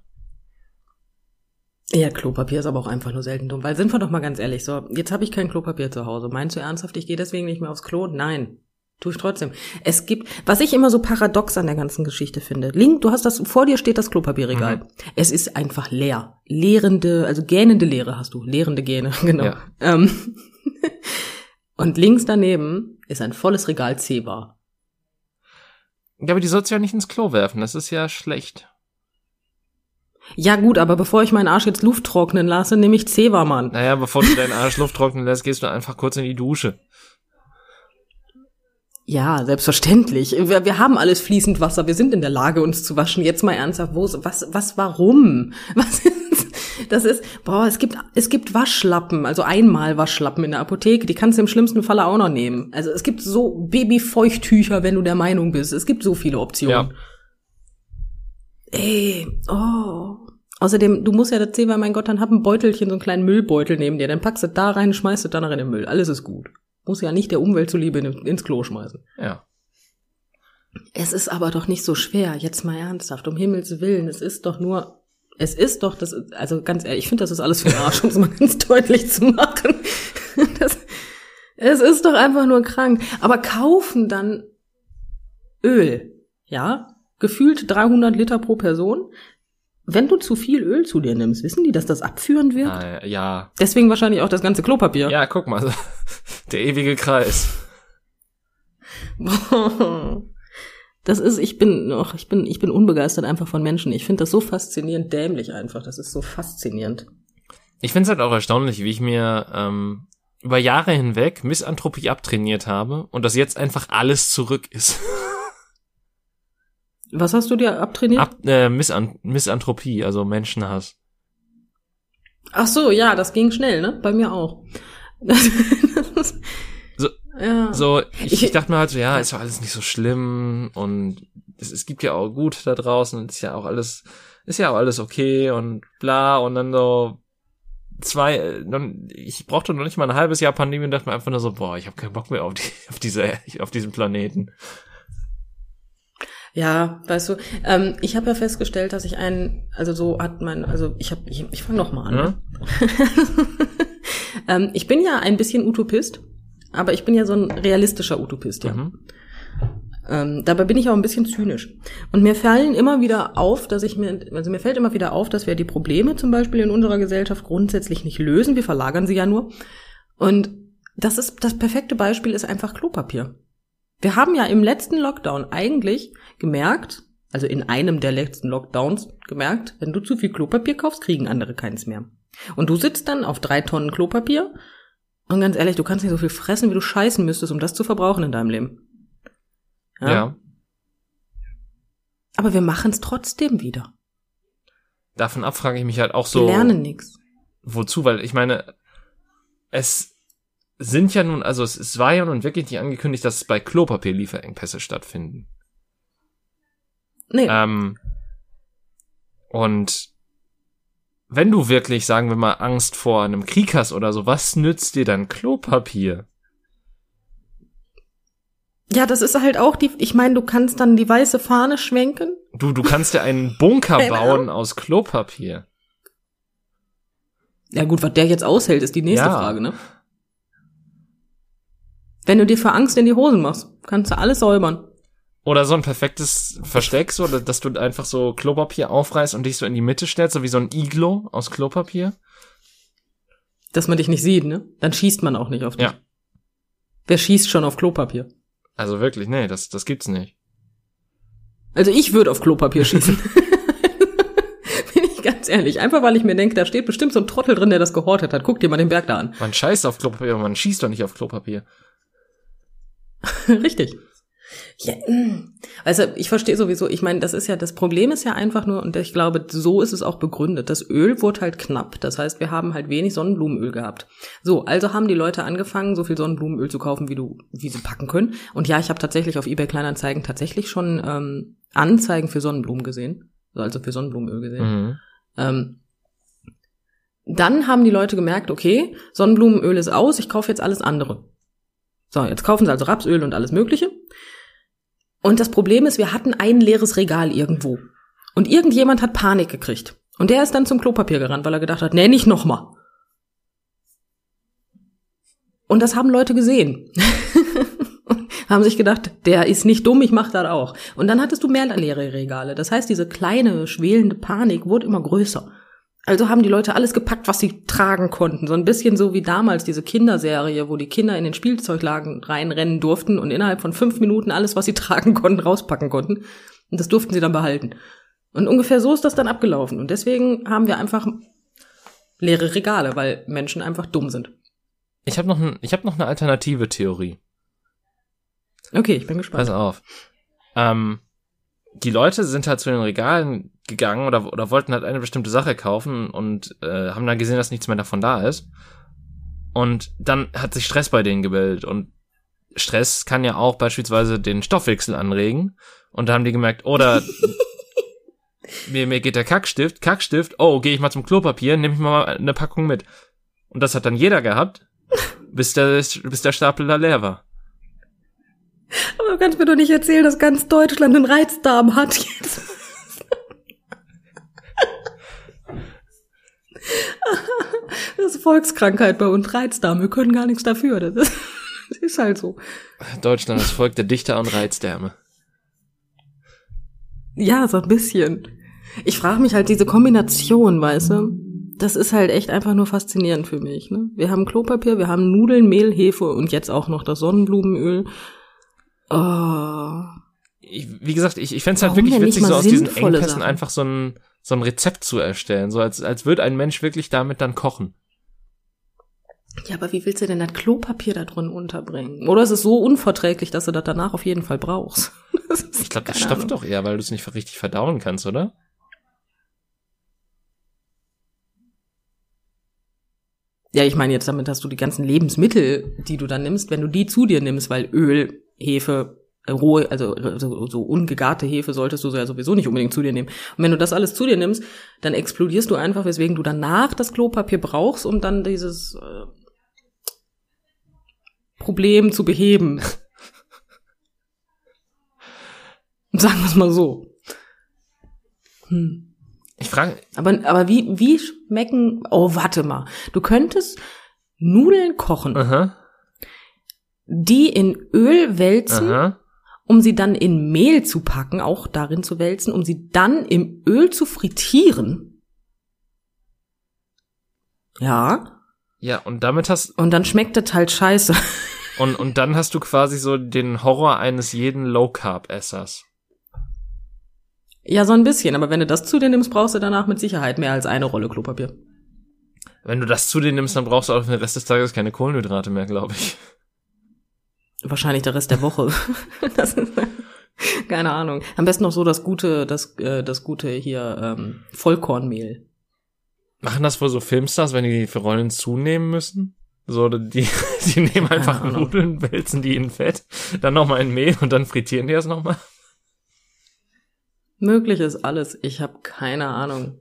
Ja, Klopapier ist aber auch einfach nur selten dumm. Weil sind wir doch mal ganz ehrlich, so, jetzt habe ich kein Klopapier zu Hause. Meinst du ernsthaft, ich gehe deswegen nicht mehr aufs Klo? Nein, tue ich trotzdem. Es gibt, was ich immer so paradox an der ganzen Geschichte finde. Link, du hast das, vor dir steht das Klopapierregal. Es ist einfach leer. Also gähnende Leere hast du. Leerende Gähne, genau. Ja. Und links daneben ist ein volles Regal Zebra. Ja, aber die sollst du ja nicht ins Klo werfen. Das ist ja schlecht. Ja gut, aber bevor ich meinen Arsch jetzt Luft trocknen lasse, nehme ich Zewa, Mann. Naja, bevor du deinen Arsch Luft trocknen lässt, gehst du einfach kurz in die Dusche. Ja, selbstverständlich. Wir haben alles fließend Wasser, wir sind in der Lage, uns zu waschen. Jetzt mal ernsthaft, warum? Was ist, das ist, es gibt Waschlappen, also einmal Waschlappen in der Apotheke, die kannst du im schlimmsten Falle auch noch nehmen. Also es gibt so Babyfeuchttücher, wenn du der Meinung bist. Es gibt so viele Optionen. Ja. Ey, Außerdem, du musst ja das sehen, weil mein Gott, dann hab ein Beutelchen, so einen kleinen Müllbeutel neben dir, dann packst du da rein, schmeißt du dann in den Müll. Alles ist gut. Muss ja nicht der Umwelt zuliebe ins Klo schmeißen. Ja. Es ist aber doch nicht so schwer, jetzt mal ernsthaft, um Himmels Willen, also ganz ehrlich, ich finde, das ist alles für den Arsch, um es mal ganz deutlich zu machen. Es ist doch einfach nur krank. Aber kaufen dann Öl, ja, gefühlt 300 Liter pro Person. Wenn du zu viel Öl zu dir nimmst, wissen die, dass das abführend wird? Ja. Deswegen wahrscheinlich auch das ganze Klopapier. Ja, guck mal, der ewige Kreis. Das ist, ich bin unbegeistert einfach von Menschen. Ich finde das so faszinierend dämlich einfach. Das ist so faszinierend. Ich finde es halt auch erstaunlich, wie ich mir über Jahre hinweg Misanthropie abtrainiert habe und dass jetzt einfach alles zurück ist. Was hast du dir abtrainiert? Misanthropie, also Menschenhass. Ach so, ja, das ging schnell, ne? Bei mir auch. Ich dachte mir halt so, ja, ist doch alles nicht so schlimm und es gibt ja auch gut da draußen und ist ja auch alles okay und bla und dann so ich brauchte noch nicht mal ein halbes Jahr Pandemie und dachte mir einfach nur so, boah, ich habe keinen Bock mehr auf diesen Planeten. Ja, weißt du, ich habe ja festgestellt, dass ich ich fange noch mal an. Ne? Ich bin ja ein bisschen Utopist, aber ich bin ja so ein realistischer Utopist, ja. Mhm. Dabei bin ich auch ein bisschen zynisch. Und mir fällt immer wieder auf, dass wir die Probleme zum Beispiel in unserer Gesellschaft grundsätzlich nicht lösen. Wir verlagern sie ja nur. Und das perfekte Beispiel ist einfach Klopapier. Wir haben ja im letzten Lockdown eigentlich gemerkt, also in einem der letzten Lockdowns gemerkt, wenn du zu viel Klopapier kaufst, kriegen andere keins mehr. Und du sitzt dann auf 3 Tonnen Klopapier und ganz ehrlich, du kannst nicht so viel fressen, wie du scheißen müsstest, um das zu verbrauchen in deinem Leben. Ja. Aber wir machen es trotzdem wieder. Davon ab frage ich mich halt auch so. Wir lernen nichts. Wozu? Weil ich meine, es war ja nun wirklich nicht angekündigt, dass bei Klopapierlieferengpässe stattfinden. Nee. Und wenn du wirklich, sagen wir mal, Angst vor einem Krieg hast oder so, was nützt dir dann Klopapier? Ja, das ist halt auch ich meine, du kannst dann die weiße Fahne schwenken. Du kannst dir einen Bunker bauen aus Klopapier. Ja gut, was der jetzt aushält, ist die nächste Frage, ne? Wenn du dir für Angst in die Hosen machst, kannst du alles säubern. Oder so ein perfektes Versteck, so, dass du einfach so Klopapier aufreißt und dich so in die Mitte stellst, so wie so ein Iglo aus Klopapier. Dass man dich nicht sieht, ne? Dann schießt man auch nicht auf dich. Ja. Wer schießt schon auf Klopapier? Also wirklich, nee, das gibt's nicht. Also ich würde auf Klopapier schießen. Bin ich ganz ehrlich. Einfach weil ich mir denke, da steht bestimmt so ein Trottel drin, der das gehortet hat. Guck dir mal den Berg da an. Man scheißt auf Klopapier, aber man schießt doch nicht auf Klopapier. Richtig. Ja, also ich verstehe sowieso, ich meine, das Problem ist ja einfach nur, und ich glaube, so ist es auch begründet, das Öl wurde halt knapp, das heißt, wir haben halt wenig Sonnenblumenöl gehabt. So, also haben die Leute angefangen, so viel Sonnenblumenöl zu kaufen, wie sie packen können. Und ja, ich habe tatsächlich auf eBay Kleinanzeigen tatsächlich schon Anzeigen für Sonnenblumen gesehen, also für Sonnenblumenöl gesehen. Mhm. Dann haben die Leute gemerkt, okay, Sonnenblumenöl ist aus, ich kaufe jetzt alles andere. So, jetzt kaufen sie also Rapsöl und alles Mögliche. Und das Problem ist, wir hatten ein leeres Regal irgendwo. Und irgendjemand hat Panik gekriegt. Und der ist dann zum Klopapier gerannt, weil er gedacht hat, nee, nicht nochmal. Und das haben Leute gesehen. Haben sich gedacht, der ist nicht dumm, ich mach das auch. Und dann hattest du mehr leere Regale. Das heißt, diese kleine, schwelende Panik wurde immer größer. Also haben die Leute alles gepackt, was sie tragen konnten. So ein bisschen so wie damals diese Kinderserie, wo die Kinder in den Spielzeugladen reinrennen durften und innerhalb von 5 Minuten alles, was sie tragen konnten, rauspacken konnten. Und das durften sie dann behalten. Und ungefähr so ist das dann abgelaufen. Und deswegen haben wir einfach leere Regale, weil Menschen einfach dumm sind. Ich hab noch eine alternative Theorie. Okay, ich bin gespannt. Pass auf. Die Leute sind halt zu den Regalen gegangen oder wollten halt eine bestimmte Sache kaufen und haben dann gesehen, dass nichts mehr davon da ist. Und dann hat sich Stress bei denen gebildet. Und Stress kann ja auch beispielsweise den Stoffwechsel anregen. Und da haben die gemerkt, oder mir geht der Kackstift, oh, gehe ich mal zum Klopapier, nehme ich mal eine Packung mit. Und das hat dann jeder gehabt, bis der Stapel da leer war. Aber du kannst mir doch nicht erzählen, dass ganz Deutschland einen Reizdarm hat jetzt. Das ist Volkskrankheit bei uns, Reizdarm. Wir können gar nichts dafür. Das ist halt so. Deutschland, das Volk der Dichter und Reizdärme. Ja, so ein bisschen. Ich frage mich halt diese Kombination, weißt du? Das ist halt echt einfach nur faszinierend für mich. Ne? Wir haben Klopapier, wir haben Nudeln, Mehl, Hefe und jetzt auch noch das Sonnenblumenöl. Oh. Wie gesagt, ich fänd's halt wirklich witzig, so aus diesen Engpässen einfach so ein Rezept zu erstellen. So als würde ein Mensch wirklich damit dann kochen. Ja, aber wie willst du denn das Klopapier da drin unterbringen? Oder ist es so unverträglich, dass du das danach auf jeden Fall brauchst? Ich glaube, das stopft doch eher, weil du es nicht richtig verdauen kannst, oder? Ja, ich meine jetzt damit, dass du die ganzen Lebensmittel, die du dann nimmst, wenn du die zu dir nimmst, weil Öl, Hefe, rohe, also so ungegarte Hefe solltest du ja sowieso nicht unbedingt zu dir nehmen. Und wenn du das alles zu dir nimmst, dann explodierst du einfach, weswegen du danach das Klopapier brauchst, um dann dieses Problem zu beheben. Sagen wir es mal so. Ich frage. Aber wie schmecken, oh, warte mal. Du könntest Nudeln kochen, die in Öl wälzen, um sie dann in Mehl zu packen, auch darin zu wälzen, um sie dann im Öl zu frittieren. Ja. Ja, und damit und dann schmeckt das halt scheiße. Und dann hast du quasi so den Horror eines jeden Low-Carb-Essers. Ja, so ein bisschen, aber wenn du das zu dir nimmst, brauchst du danach mit Sicherheit mehr als eine Rolle Klopapier. Wenn du das zu dir nimmst, dann brauchst du auch für den Rest des Tages keine Kohlenhydrate mehr, glaube ich. Wahrscheinlich der Rest der Woche. Das ist, keine Ahnung. Am besten noch so das gute hier Vollkornmehl. Machen das wohl so Filmstars, wenn die für Rollen zunehmen müssen? So, die nehmen einfach Nudeln, wälzen die in Fett, dann nochmal in Mehl und dann frittieren die das nochmal? Möglich ist alles. Ich habe keine Ahnung.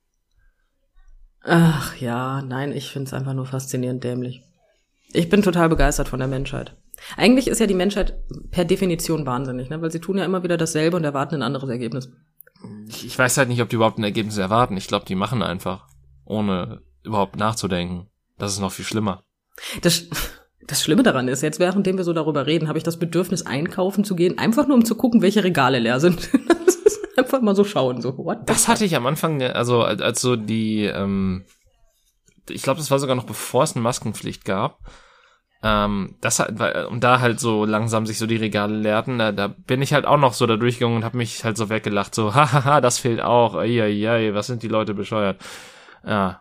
Ach ja, nein, ich find's einfach nur faszinierend dämlich. Ich bin total begeistert von der Menschheit. Eigentlich ist ja die Menschheit per Definition wahnsinnig, ne? Weil sie tun ja immer wieder dasselbe und erwarten ein anderes Ergebnis. Ich weiß halt nicht, ob die überhaupt ein Ergebnis erwarten. Ich glaube, die machen einfach, ohne überhaupt nachzudenken. Das ist noch viel schlimmer. Das Schlimme daran ist, jetzt währenddem wir so darüber reden, habe ich das Bedürfnis, einkaufen zu gehen, einfach nur um zu gucken, welche Regale leer sind. Das ist einfach mal so schauen, so what? Das hatte ich am Anfang, also als so die, ich glaube, das war sogar noch bevor es eine Maskenpflicht gab. Das halt, und da halt so langsam sich so die Regale leerten, da bin ich halt auch noch so da durchgegangen und habe mich halt so weggelacht, so hahaha, das fehlt auch, ei, was sind die Leute bescheuert. Ja.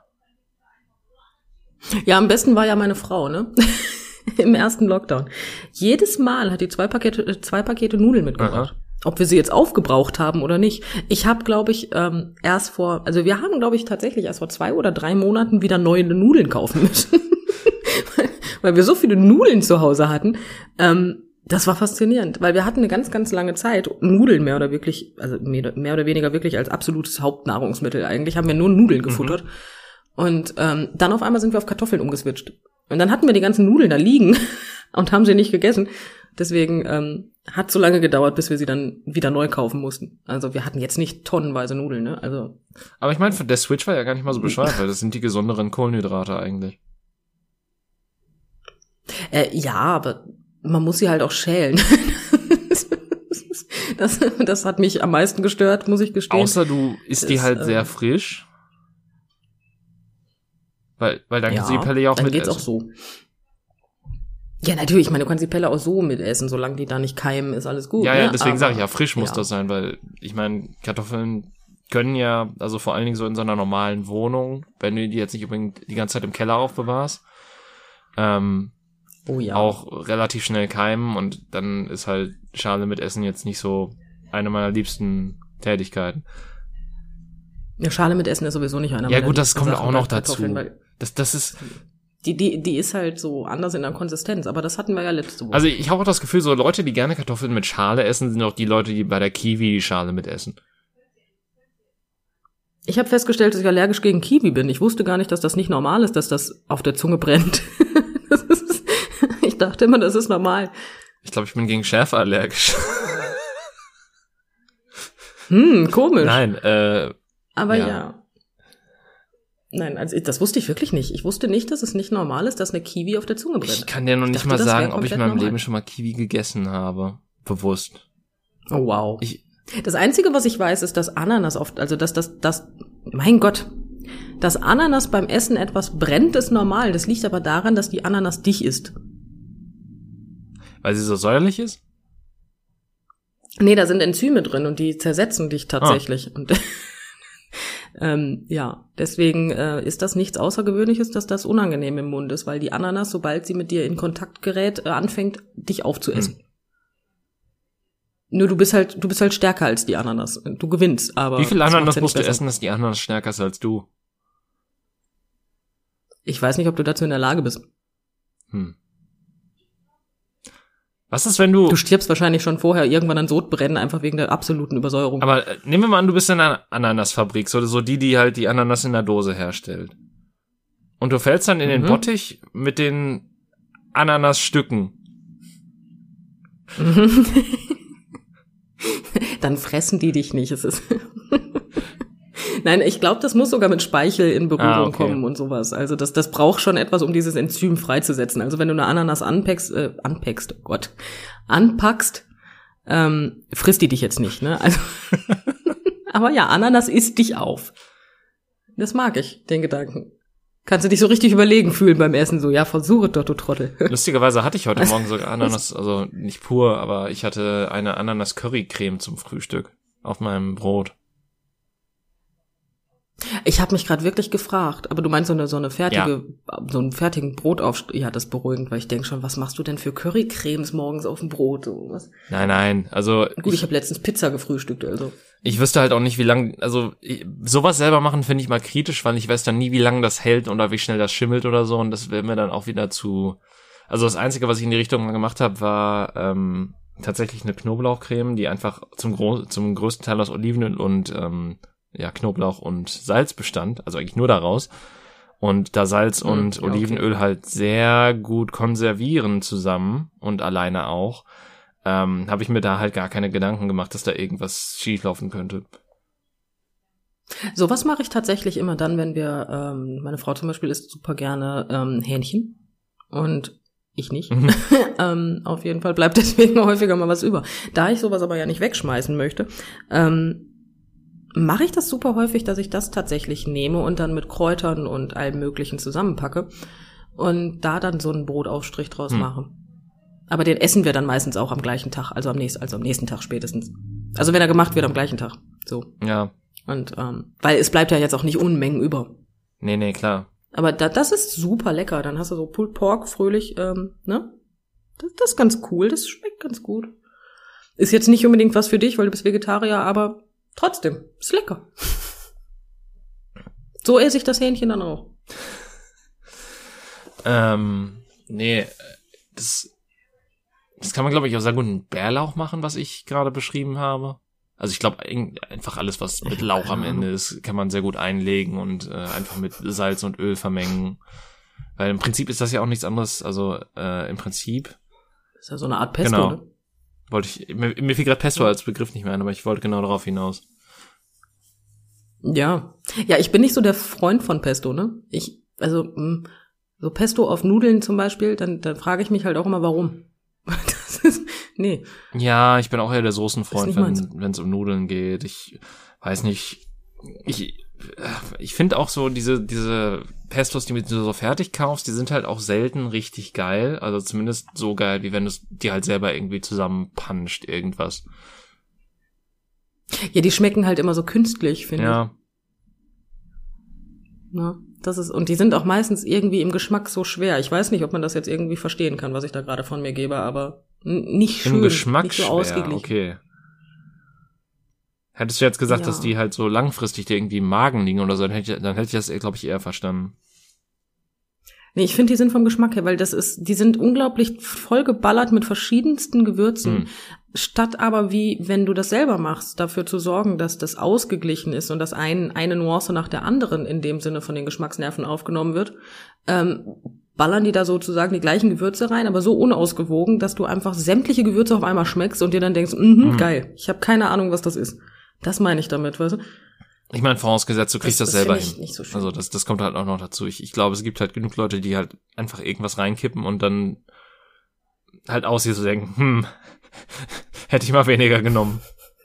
Ja, am besten war ja meine Frau, ne? Im ersten Lockdown. Jedes Mal hat die zwei Pakete Nudeln mitgebracht. Aha. Ob wir sie jetzt aufgebraucht haben oder nicht. Ich habe, glaube ich, wir haben, glaube ich, tatsächlich erst vor 2 oder 3 Monaten wieder neue Nudeln kaufen müssen. Weil wir so viele Nudeln zu Hause hatten. Das war faszinierend, weil wir hatten eine ganz, ganz lange Zeit Nudeln mehr oder weniger wirklich als absolutes Hauptnahrungsmittel. Eigentlich haben wir nur Nudeln gefuttert. Und dann auf einmal sind wir auf Kartoffeln umgeswitcht. Und dann hatten wir die ganzen Nudeln da liegen und haben sie nicht gegessen. Deswegen hat so lange gedauert, bis wir sie dann wieder neu kaufen mussten. Also wir hatten jetzt nicht tonnenweise Nudeln, ne? Also. Aber ich meine, der Switch war ja gar nicht mal so bescheuert, weil das sind die gesünderen Kohlenhydrate eigentlich. Ja, aber man muss sie halt auch schälen. Das hat mich am meisten gestört, muss ich gestehen. Außer du isst die halt sehr frisch. Weil dann kannst du die Pelle ja auch mitessen. Dann geht's auch so. Ja, natürlich, ich meine, du kannst die Pelle auch so mitessen, solange die da nicht keimen, ist alles gut. Ja, deswegen sage ich ja, frisch muss das sein, weil ich meine, Kartoffeln können ja, also vor allen Dingen so in so einer normalen Wohnung, wenn du die jetzt nicht unbedingt die ganze Zeit im Keller aufbewahrst, auch relativ schnell keimen und dann ist halt Schale mit Essen jetzt nicht so eine meiner liebsten Tätigkeiten. Ja, Schale mit Essen ist sowieso nicht einer meiner liebsten. Ja gut, das kommt Sachen auch noch dazu. Das ist... Die ist halt so anders in der Konsistenz, aber das hatten wir ja letzte Woche. Also ich habe auch das Gefühl, so Leute, die gerne Kartoffeln mit Schale essen, sind auch die Leute, die bei der Kiwi die Schale mit essen. Ich habe festgestellt, dass ich allergisch gegen Kiwi bin. Ich wusste gar nicht, dass das nicht normal ist, dass das auf der Zunge brennt. Ich dachte immer, das ist normal. Ich glaube, ich bin gegen Schärfe allergisch. Komisch. Nein, aber ja. Nein, also das wusste ich wirklich nicht. Ich wusste nicht, dass es nicht normal ist, dass eine Kiwi auf der Zunge brennt. Ich kann dir noch nicht mal sagen, ob ich in meinem Leben schon mal Kiwi gegessen habe. Bewusst. Oh, wow. Das Einzige, was ich weiß, ist, dass Ananas oft, also mein Gott, dass Ananas beim Essen etwas brennt, ist normal. Das liegt aber daran, dass die Ananas dicht ist. Weil sie so säuerlich ist? Nee, da sind Enzyme drin und die zersetzen dich tatsächlich. Und ja, deswegen ist das nichts Außergewöhnliches, dass das unangenehm im Mund ist, weil die Ananas, sobald sie mit dir in Kontakt gerät, anfängt, dich aufzuessen. Nur du bist halt stärker als die Ananas. Du gewinnst, aber... Wie viel Ananas musst du essen, dass die Ananas stärker ist als du? Ich weiß nicht, ob du dazu in der Lage bist. Was ist, wenn du... Du stirbst wahrscheinlich schon vorher irgendwann an Sodbrennen, einfach wegen der absoluten Übersäuerung. Aber nehmen wir mal an, du bist in einer Ananasfabrik, so die halt die Ananas in der Dose herstellt. Und du fällst dann in den Bottich mit den Ananasstücken. Dann fressen die dich nicht. Es ist Nein, ich glaube, das muss sogar mit Speichel in Berührung kommen und sowas. Also das braucht schon etwas, um dieses Enzym freizusetzen. Also wenn du eine Ananas anpackst, frisst die dich jetzt nicht, ne? Also aber ja, Ananas isst dich auf. Das mag ich, den Gedanken. Kannst du dich so richtig überlegen fühlen beim Essen, so, ja, versuche doch, du Trottel. Lustigerweise hatte ich heute Morgen sogar Ananas, also nicht pur, aber ich hatte eine Ananas-Curry-Creme zum Frühstück auf meinem Brot. Ich habe mich gerade wirklich gefragt, aber du meinst so einen fertigen Brotaufstrich, ja, das ist beruhigend, weil ich denke schon, was machst du denn für Currycremes morgens auf dem Brot? So, was? Nein, also... Gut, ich habe letztens Pizza gefrühstückt, also... Ich wüsste halt auch nicht, wie lang, also sowas selber machen finde ich mal kritisch, weil ich weiß dann nie, wie lange das hält oder wie schnell das schimmelt oder so und das wäre mir dann auch wieder zu... Also das Einzige, was ich in die Richtung mal gemacht habe, war tatsächlich eine Knoblauchcreme, die einfach zum größten Teil aus Olivenöl und Knoblauch und Salz bestand, also eigentlich nur daraus. Und da Salz und Olivenöl halt sehr gut konservieren zusammen und alleine auch, habe ich mir da halt gar keine Gedanken gemacht, dass da irgendwas schieflaufen könnte. Sowas mache ich tatsächlich immer dann, wenn wir, meine Frau zum Beispiel isst super gerne Hähnchen und ich nicht. Auf jeden Fall bleibt deswegen häufiger mal was über. Da ich sowas aber ja nicht wegschmeißen möchte, mache ich das super häufig, dass ich das tatsächlich nehme und dann mit Kräutern und allem Möglichen zusammenpacke und da dann so einen Brotaufstrich draus mache. Aber den essen wir dann meistens auch am gleichen Tag, also am nächsten Tag spätestens. Also wenn er gemacht wird, am gleichen Tag. So. Ja. Und weil es bleibt ja jetzt auch nicht Unmengen über. Nee, klar. Aber das ist super lecker. Dann hast du so Pulled Pork fröhlich, ne? Das ist ganz cool, das schmeckt ganz gut. Ist jetzt nicht unbedingt was für dich, weil du bist Vegetarier, aber trotzdem, ist lecker. So esse ich das Hähnchen dann auch. Nee, das kann man, glaube ich, auch sehr gut in Bärlauch machen, was ich gerade beschrieben habe. Also ich glaube, einfach alles, was mit Lauch am Ende ist, kann man sehr gut einlegen und einfach mit Salz und Öl vermengen. Weil im Prinzip ist das ja auch nichts anderes, also im Prinzip. Ist ja so eine Art Pesto, genau. Ne? Mir fiel gerade Pesto als Begriff nicht mehr ein, aber ich wollte genau darauf hinaus. Ja, ich bin nicht so der Freund von Pesto, ne? So Pesto auf Nudeln zum Beispiel, dann frage ich mich halt auch immer, warum. Nee. Ja, ich bin auch eher der Soßenfreund, wenn es um Nudeln geht. Ich weiß nicht, ich finde auch so diese Pestos, die du so fertig kaufst, die sind halt auch selten richtig geil. Also zumindest so geil, wie wenn du die halt selber irgendwie zusammenpanscht, irgendwas. Ja, die schmecken halt immer so künstlich, finde ich. Ja. Na, und die sind auch meistens irgendwie im Geschmack so schwer. Ich weiß nicht, ob man das jetzt irgendwie verstehen kann, was ich da gerade von mir gebe, aber nicht schön. Im Geschmack nicht so schwer, ausgeglichen. Okay. Hättest du jetzt gesagt, dass die halt so langfristig dir irgendwie im Magen liegen oder so, dann hätte ich das, glaube ich, eher verstanden. Nee, ich finde, die sind vom Geschmack her, weil die sind unglaublich vollgeballert mit verschiedensten Gewürzen. Statt aber, wie wenn du das selber machst, dafür zu sorgen, dass das ausgeglichen ist und dass eine Nuance nach der anderen in dem Sinne von den Geschmacksnerven aufgenommen wird, ballern die da sozusagen die gleichen Gewürze rein, aber so unausgewogen, dass du einfach sämtliche Gewürze auf einmal schmeckst und dir dann denkst, geil, ich habe keine Ahnung, was das ist. Das meine ich damit, weißt du? Ich meine, vorausgesetzt, du kriegst das selber hin. Nicht so schön. Also das kommt halt auch noch dazu. Ich glaube, es gibt halt genug Leute, die halt einfach irgendwas reinkippen und dann halt aussieht so denken, hätte ich mal weniger genommen.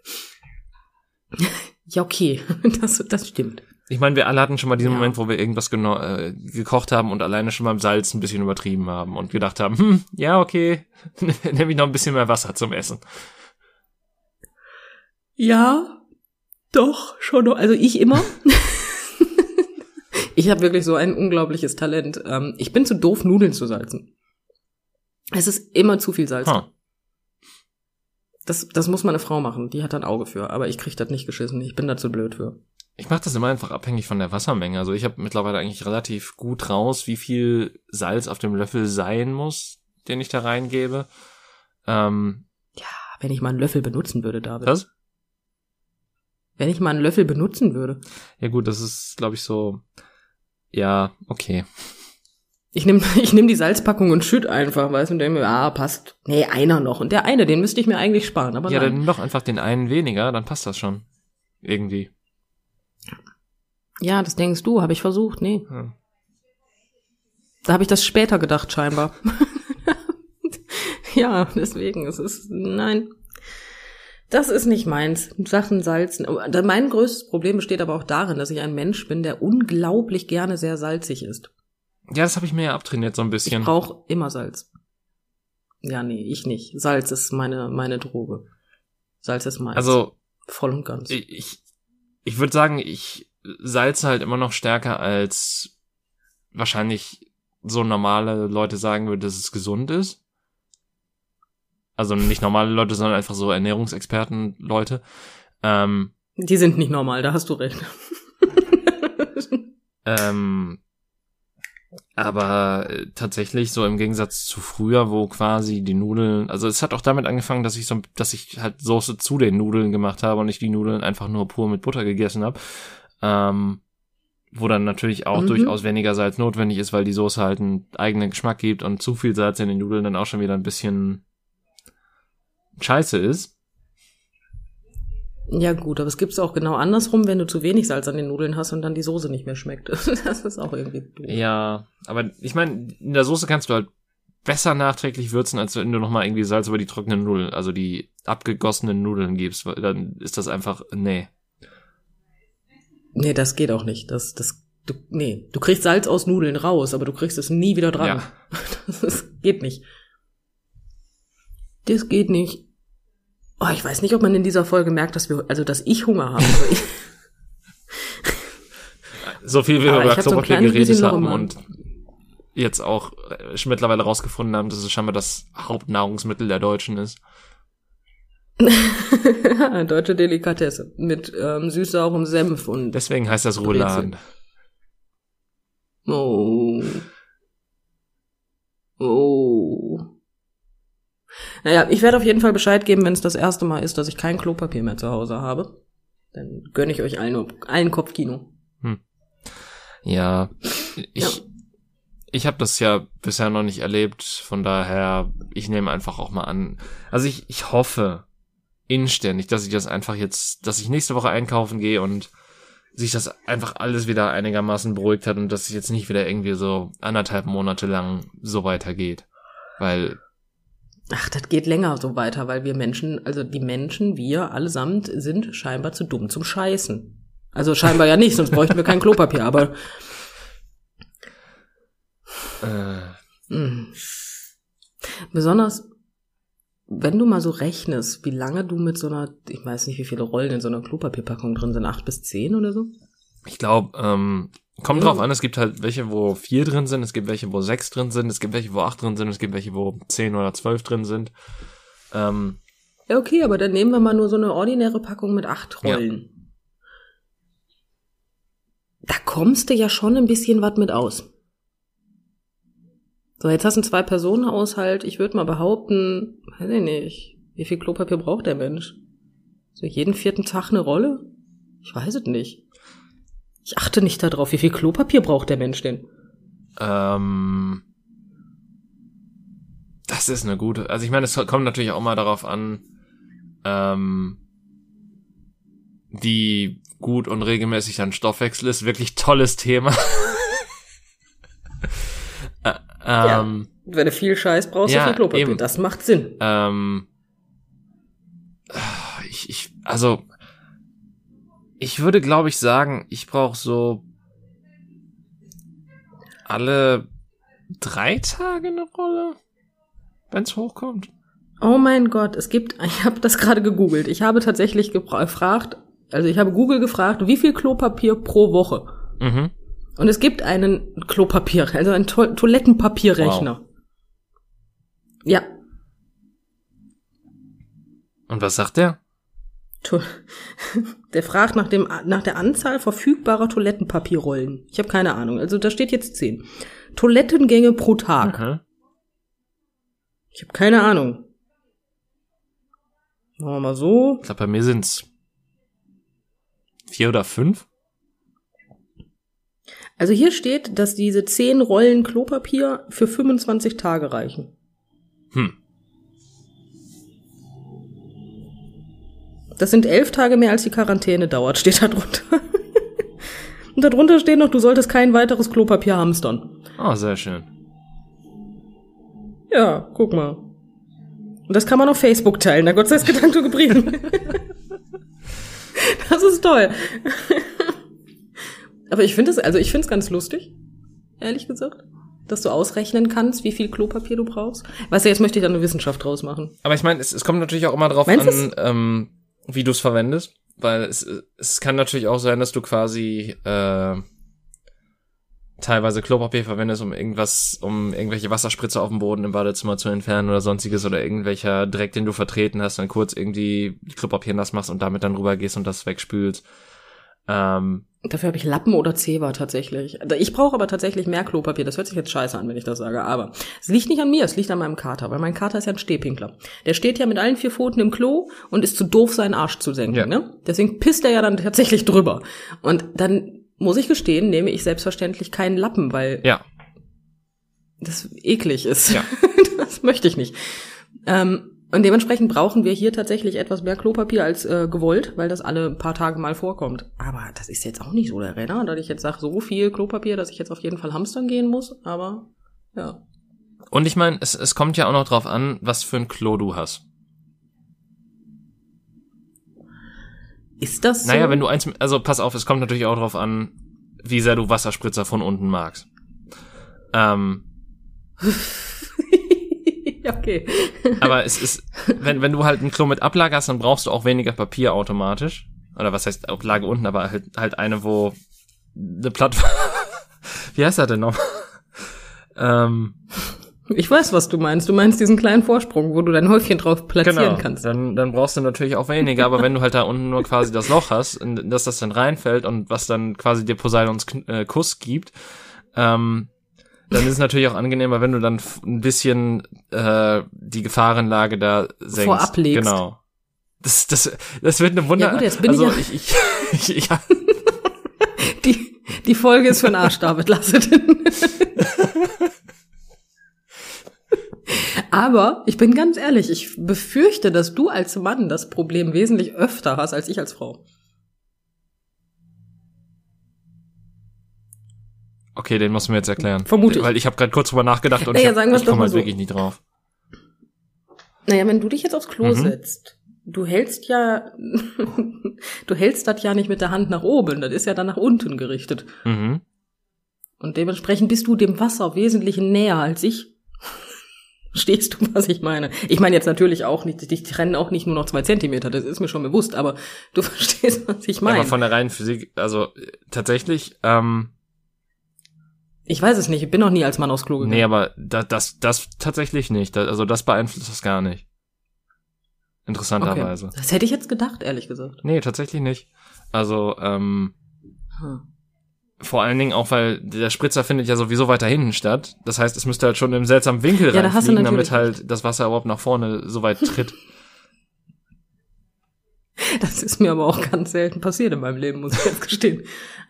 Ja, okay, das stimmt. Ich meine, wir alle hatten schon mal diesen Moment, wo wir irgendwas gekocht haben und alleine schon beim Salz ein bisschen übertrieben haben und gedacht haben, ja, okay, nehme ich noch ein bisschen mehr Wasser zum Essen. Ja, doch, schon. Also ich immer. Ich habe wirklich so ein unglaubliches Talent. Ich bin zu doof, Nudeln zu salzen. Es ist immer zu viel Salz. Das muss meine Frau machen. Die hat da ein Auge für. Aber ich krieg das nicht geschissen. Ich bin da zu blöd für. Ich mache das immer einfach abhängig von der Wassermenge. Also ich habe mittlerweile eigentlich relativ gut raus, wie viel Salz auf dem Löffel sein muss, den ich da reingebe. Ja, wenn ich mal einen Löffel benutzen würde, David. Was? Wenn ich mal einen Löffel benutzen würde. Ja gut, das ist, glaube ich, so, ja, okay. Ich nehm die Salzpackung und schütt einfach, weißt du, und denke mir, passt. Nee, einer noch. Und der eine, den müsste ich mir eigentlich sparen, aber ja, nein. dann nimm doch einfach den einen weniger, dann passt das schon. Irgendwie. Ja, das denkst du, habe ich versucht, nee. Da habe ich das später gedacht, scheinbar. Ja, deswegen, nein. Das ist nicht meins. Sachen salzen. Mein größtes Problem besteht aber auch darin, dass ich ein Mensch bin, der unglaublich gerne sehr salzig ist. Ja, das habe ich mir ja abtrainiert so ein bisschen. Ich brauche immer Salz. Ja, nee, ich nicht. Salz ist meine Droge. Salz ist meins. Also voll und ganz. Ich würde sagen, ich salze halt immer noch stärker, als wahrscheinlich so normale Leute sagen würden, dass es gesund ist. Also nicht normale Leute, sondern einfach so Ernährungsexperten-Leute. Die sind nicht normal, da hast du recht. Aber tatsächlich so im Gegensatz zu früher, wo quasi die Nudeln, also es hat auch damit angefangen, dass ich halt Soße zu den Nudeln gemacht habe und nicht die Nudeln einfach nur pur mit Butter gegessen habe. Wo dann natürlich auch durchaus weniger Salz notwendig ist, weil die Soße halt einen eigenen Geschmack gibt und zu viel Salz in den Nudeln dann auch schon wieder ein bisschen scheiße ist. Ja gut, aber es gibt's auch genau andersrum, wenn du zu wenig Salz an den Nudeln hast und dann die Soße nicht mehr schmeckt. Das ist auch irgendwie doof. Ja, aber ich meine, in der Soße kannst du halt besser nachträglich würzen, als wenn du nochmal irgendwie Salz über die trockenen Nudeln, also die abgegossenen Nudeln gibst, weil dann ist das einfach, nee. Nee, das geht auch nicht. Du kriegst Salz aus Nudeln raus, aber du kriegst es nie wieder dran. Ja. Das geht nicht. Das geht nicht. Oh, ich weiß nicht, ob man in dieser Folge merkt, dass ich Hunger habe. So viel wie wir über Klopapier geredet haben und jetzt auch mittlerweile rausgefunden haben, dass es scheinbar das Hauptnahrungsmittel der Deutschen ist. Deutsche Delikatesse mit süß-saurem Senf und deswegen heißt das Rouladen. Oh. Naja, ich werde auf jeden Fall Bescheid geben, wenn es das erste Mal ist, dass ich kein Klopapier mehr zu Hause habe. Dann gönne ich euch allen Kopfkino. Ja, ich habe das ja bisher noch nicht erlebt, von daher, ich nehme einfach auch mal an. Also ich hoffe inständig, dass ich nächste Woche einkaufen gehe und sich das einfach alles wieder einigermaßen beruhigt hat und dass es jetzt nicht wieder irgendwie so 1,5 Monate lang so weitergeht. Weil ach, das geht länger so weiter, weil wir wir allesamt sind scheinbar zu dumm zum Scheißen. Also scheinbar ja nicht, sonst bräuchten wir kein Klopapier, aber besonders, wenn du mal so rechnest, wie lange du mit so einer, ich weiß nicht, wie viele Rollen in so einer Klopapierpackung drin sind, 8 bis 10 oder so? Ich glaube, kommt drauf an, es gibt halt welche, wo 4 drin sind, es gibt welche, wo 6 drin sind, es gibt welche, wo 8 drin sind, es gibt welche, wo 10 oder 12 drin sind. Ja, okay, aber dann nehmen wir mal nur so eine ordinäre Packung mit 8 Rollen. Ja. Da kommst du ja schon ein bisschen was mit aus. So, jetzt hast du einen 2-Personen-Haushalt. Ich würde mal behaupten, weiß ich nicht, wie viel Klopapier braucht der Mensch? So jeden 4. Tag eine Rolle? Ich weiß es nicht. Ich achte nicht darauf, wie viel Klopapier braucht der Mensch denn? Das ist eine gute. Also ich meine, es kommt natürlich auch mal darauf an, wie gut und regelmäßig dein Stoffwechsel ist. Wirklich tolles Thema. Wenn du viel Scheiß brauchst, ja, viel Klopapier. Eben. Das macht Sinn. Ich würde, glaube ich, sagen, ich brauche so alle 3 Tage eine Rolle, wenn es hochkommt. Oh mein Gott, ich habe das gerade gegoogelt. Ich habe tatsächlich gefragt, also ich habe Google gefragt, wie viel Klopapier pro Woche? Mhm. Und es gibt einen Klopapier, also einen Toilettenpapierrechner. Wow. Ja. Und was sagt der? Der fragt nach der Anzahl verfügbarer Toilettenpapierrollen. Ich habe keine Ahnung. Also da steht jetzt 10. Toilettengänge pro Tag. Mhm. Ich habe keine Ahnung. Machen wir mal so. Ich glaube, bei mir sind's 4 oder 5. Also hier steht, dass diese 10 Rollen Klopapier für 25 Tage reichen. Das sind 11 Tage mehr, als die Quarantäne dauert, steht da drunter. Und darunter steht noch, du solltest kein weiteres Klopapier hamstern. Oh, sehr schön. Ja, guck mal. Und das kann man auf Facebook teilen, da Gott sei Dank du gepriesen. Das ist toll. Aber ich finde es ganz lustig, ehrlich gesagt, dass du ausrechnen kannst, wie viel Klopapier du brauchst. Weißt du, jetzt möchte ich da eine Wissenschaft draus machen. Aber ich meine, es kommt natürlich auch immer drauf an, wie du es verwendest, weil es kann natürlich auch sein, dass du quasi teilweise Klopapier verwendest, um irgendwelche Wasserspritzer auf dem Boden im Badezimmer zu entfernen oder sonstiges oder irgendwelcher Dreck, den du vertreten hast, dann kurz irgendwie Klopapier nass machst und damit dann rübergehst und das wegspülst. Dafür habe ich Lappen oder Zewa tatsächlich. Ich brauche aber tatsächlich mehr Klopapier. Das hört sich jetzt scheiße an, wenn ich das sage. Aber es liegt nicht an mir, es liegt an meinem Kater. Weil mein Kater ist ja ein Stehpinkler. Der steht ja mit allen 4 Pfoten im Klo und ist zu doof, seinen Arsch zu senken. Ja. Ne? Deswegen pisst er ja dann tatsächlich drüber. Und dann, muss ich gestehen, nehme ich selbstverständlich keinen Lappen, weil das eklig ist. Ja. Das möchte ich nicht. Und dementsprechend brauchen wir hier tatsächlich etwas mehr Klopapier als gewollt, weil das alle paar Tage mal vorkommt. Aber das ist jetzt auch nicht so der Renner, dass ich jetzt sage, so viel Klopapier, dass ich jetzt auf jeden Fall hamstern gehen muss. Aber ja. Und ich meine, es kommt ja auch noch drauf an, was für ein Klo du hast. Ist das so? Naja, wenn du also pass auf, es kommt natürlich auch drauf an, wie sehr du Wasserspritzer von unten magst. Ja, okay. Aber es ist, wenn du halt ein Klo mit Ablage hast, dann brauchst du auch weniger Papier automatisch. Oder was heißt Ablage unten, aber halt eine, wo eine Plattform. Wie heißt das denn noch? Ich weiß, was du meinst. Du meinst diesen kleinen Vorsprung, wo du dein Häufchen drauf platzieren kannst. Dann brauchst du natürlich auch weniger, aber wenn du halt da unten nur quasi das Loch hast, dass das dann reinfällt und was dann quasi dir Poseidons Kuss gibt, dann ist es natürlich auch angenehmer, wenn du dann ein bisschen die Gefahrenlage da senkst. Vorab legst. Genau. Das wird eine Wunder. Ja gut, jetzt bin ich ja. Die Folge ist für den Arsch, David, lass es. Aber ich bin ganz ehrlich, ich befürchte, dass du als Mann das Problem wesentlich öfter hast als ich als Frau. Okay, den musst du mir jetzt erklären. Vermutlich. Weil ich habe gerade kurz drüber nachgedacht und ich komme halt wirklich nicht drauf. Naja, wenn du dich jetzt aufs Klo setzt, du hältst das ja nicht mit der Hand nach oben, das ist ja dann nach unten gerichtet. Mhm. Und dementsprechend bist du dem Wasser wesentlich näher als ich. Verstehst du, was ich meine? Ich meine jetzt natürlich auch nicht, dich trennen auch nicht nur noch 2 Zentimeter, das ist mir schon bewusst, aber du verstehst, was ich meine. Ja, aber von der reinen Physik, also tatsächlich, ich weiß es nicht, ich bin noch nie als Mann aufs Klo gegangen. Nee, aber das tatsächlich nicht. Also das beeinflusst das gar nicht. Interessanterweise. Okay. Das hätte ich jetzt gedacht, ehrlich gesagt. Nee, tatsächlich nicht. Also, Vor allen Dingen auch, weil der Spritzer findet ja sowieso weiter hinten statt. Das heißt, es müsste halt schon im seltsamen Winkel reinfliegen, damit halt das Wasser überhaupt nach vorne so weit tritt. Das ist mir aber auch ganz selten passiert in meinem Leben, muss ich jetzt gestehen.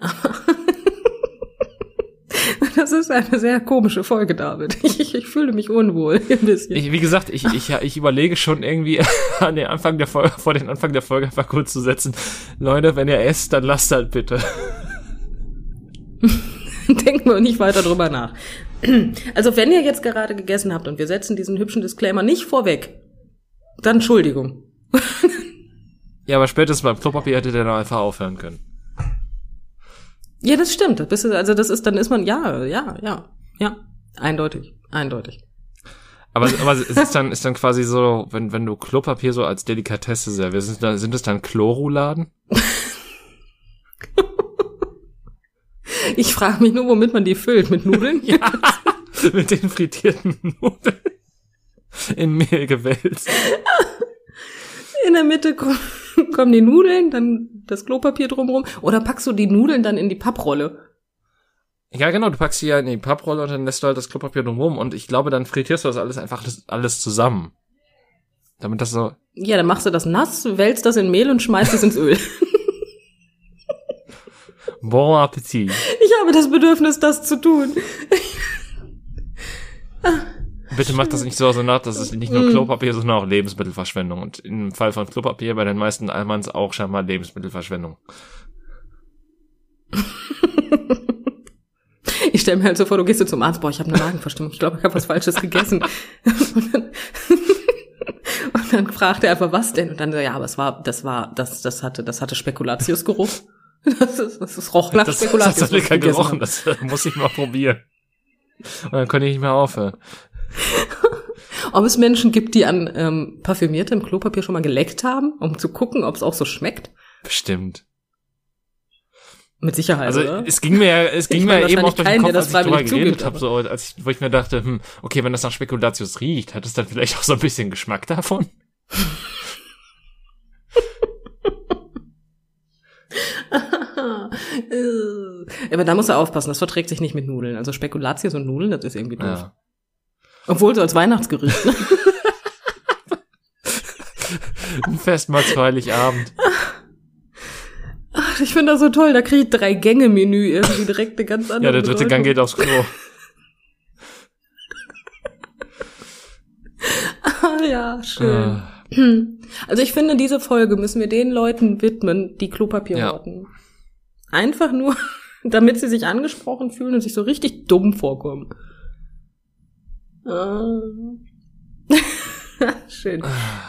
Das ist eine sehr komische Folge, David. Ich fühle mich unwohl ein bisschen. Wie gesagt, ich überlege schon irgendwie an den Anfang der Folge, vor den Anfang der Folge einfach kurz zu setzen. Leute, wenn ihr esst, dann lasst halt bitte. Denken wir nicht weiter drüber nach. Also wenn ihr jetzt gerade gegessen habt und wir setzen diesen hübschen Disclaimer nicht vorweg, dann Entschuldigung. Ja, aber spätestens beim Klopapier hättet ihr dann einfach aufhören können. Ja, das stimmt. Dann ist man, ja. Eindeutig. Aber es ist dann quasi so, wenn du Klopapier so als Delikatesse servierst, sind es dann Chloruladen? Ich frage mich nur, womit man die füllt. Mit Nudeln? Ja, mit den frittierten Nudeln. In Mehl gewälzt. In der Mitte kommen die Nudeln, dann das Klopapier drumherum. Oder packst du die Nudeln dann in die Papprolle? Ja, genau, du packst sie ja in die Papprolle und dann lässt du halt das Klopapier drumherum. Und ich glaube, dann frittierst du das alles zusammen. Damit das so... Ja, dann machst du das nass, wälzt das in Mehl und schmeißt es ins Öl. Bon Appetit. Ich habe das Bedürfnis, das zu tun. Bitte macht das nicht so auseinander, das ist nicht nur Klopapier, sondern auch Lebensmittelverschwendung. Und im Fall von Klopapier bei den meisten Almans auch scheinbar Lebensmittelverschwendung. Ich stelle mir halt so vor, du gehst jetzt zum Arzt, ich habe eine Magenverstimmung, ich glaube, ich habe was Falsches gegessen. Und dann fragt er einfach, was denn? Und dann so, ja, aber das hatte Spekulatiusgeruch. Das roch nach Spekulatius. Das hat lecker gerochen, das muss ich mal probieren. Und dann konnte ich nicht mehr aufhören. Ob es Menschen gibt, die an parfümiertem Klopapier schon mal geleckt haben, um zu gucken, ob es auch so schmeckt? Bestimmt. Mit Sicherheit, also, oder? es ging mir eben auch durch den Kopf, als ich drüber geredet habe, so, wo ich mir dachte, okay, wenn das nach Spekulatius riecht, hat es dann vielleicht auch so ein bisschen Geschmack davon? Aber da musst du aufpassen, das verträgt sich nicht mit Nudeln. Also Spekulatius und Nudeln, das ist irgendwie doof. Ja. Obwohl so als Weihnachtsgericht. Ne? Ein Festmahl zu Heiligabend. Ach, ich finde das so toll, da kriege ich 3-Gänge-Menü irgendwie direkt eine ganz andere. Ja, der dritte Gang geht aufs Klo. Ah ja, schön. Also ich finde, diese Folge müssen wir den Leuten widmen, die Klopapier horten. Einfach nur, damit sie sich angesprochen fühlen und sich so richtig dumm vorkommen. Schön.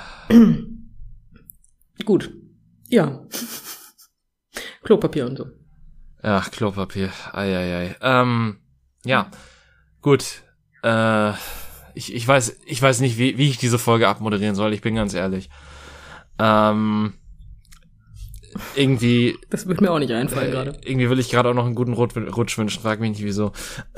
Gut. Ja. Klopapier und so. Ach, Klopapier. Eieiei. Ja. Gut. Ich weiß nicht, wie ich diese Folge abmoderieren soll, ich bin ganz ehrlich. Irgendwie... Das wird mir auch nicht einfallen gerade. Irgendwie will ich gerade auch noch einen guten Rutsch wünschen, frag mich nicht wieso.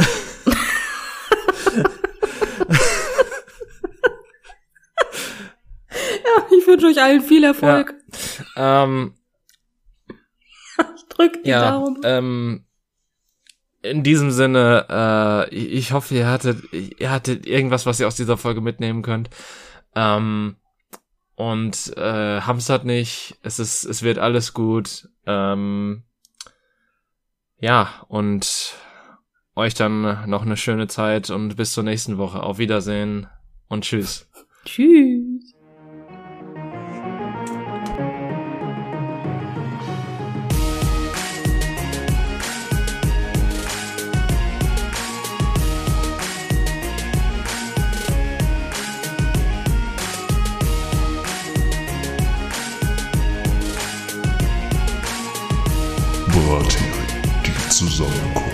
Ja, ich wünsche euch allen viel Erfolg. Ja. Ich drück die Daumen. In diesem Sinne, ich hoffe, ihr hattet irgendwas, was ihr aus dieser Folge mitnehmen könnt. Hamstert nicht. Es wird alles gut. Ja, und euch dann noch eine schöne Zeit und bis zur nächsten Woche. Auf Wiedersehen und tschüss. Tschüss. Brathering, die Zusammenkunft.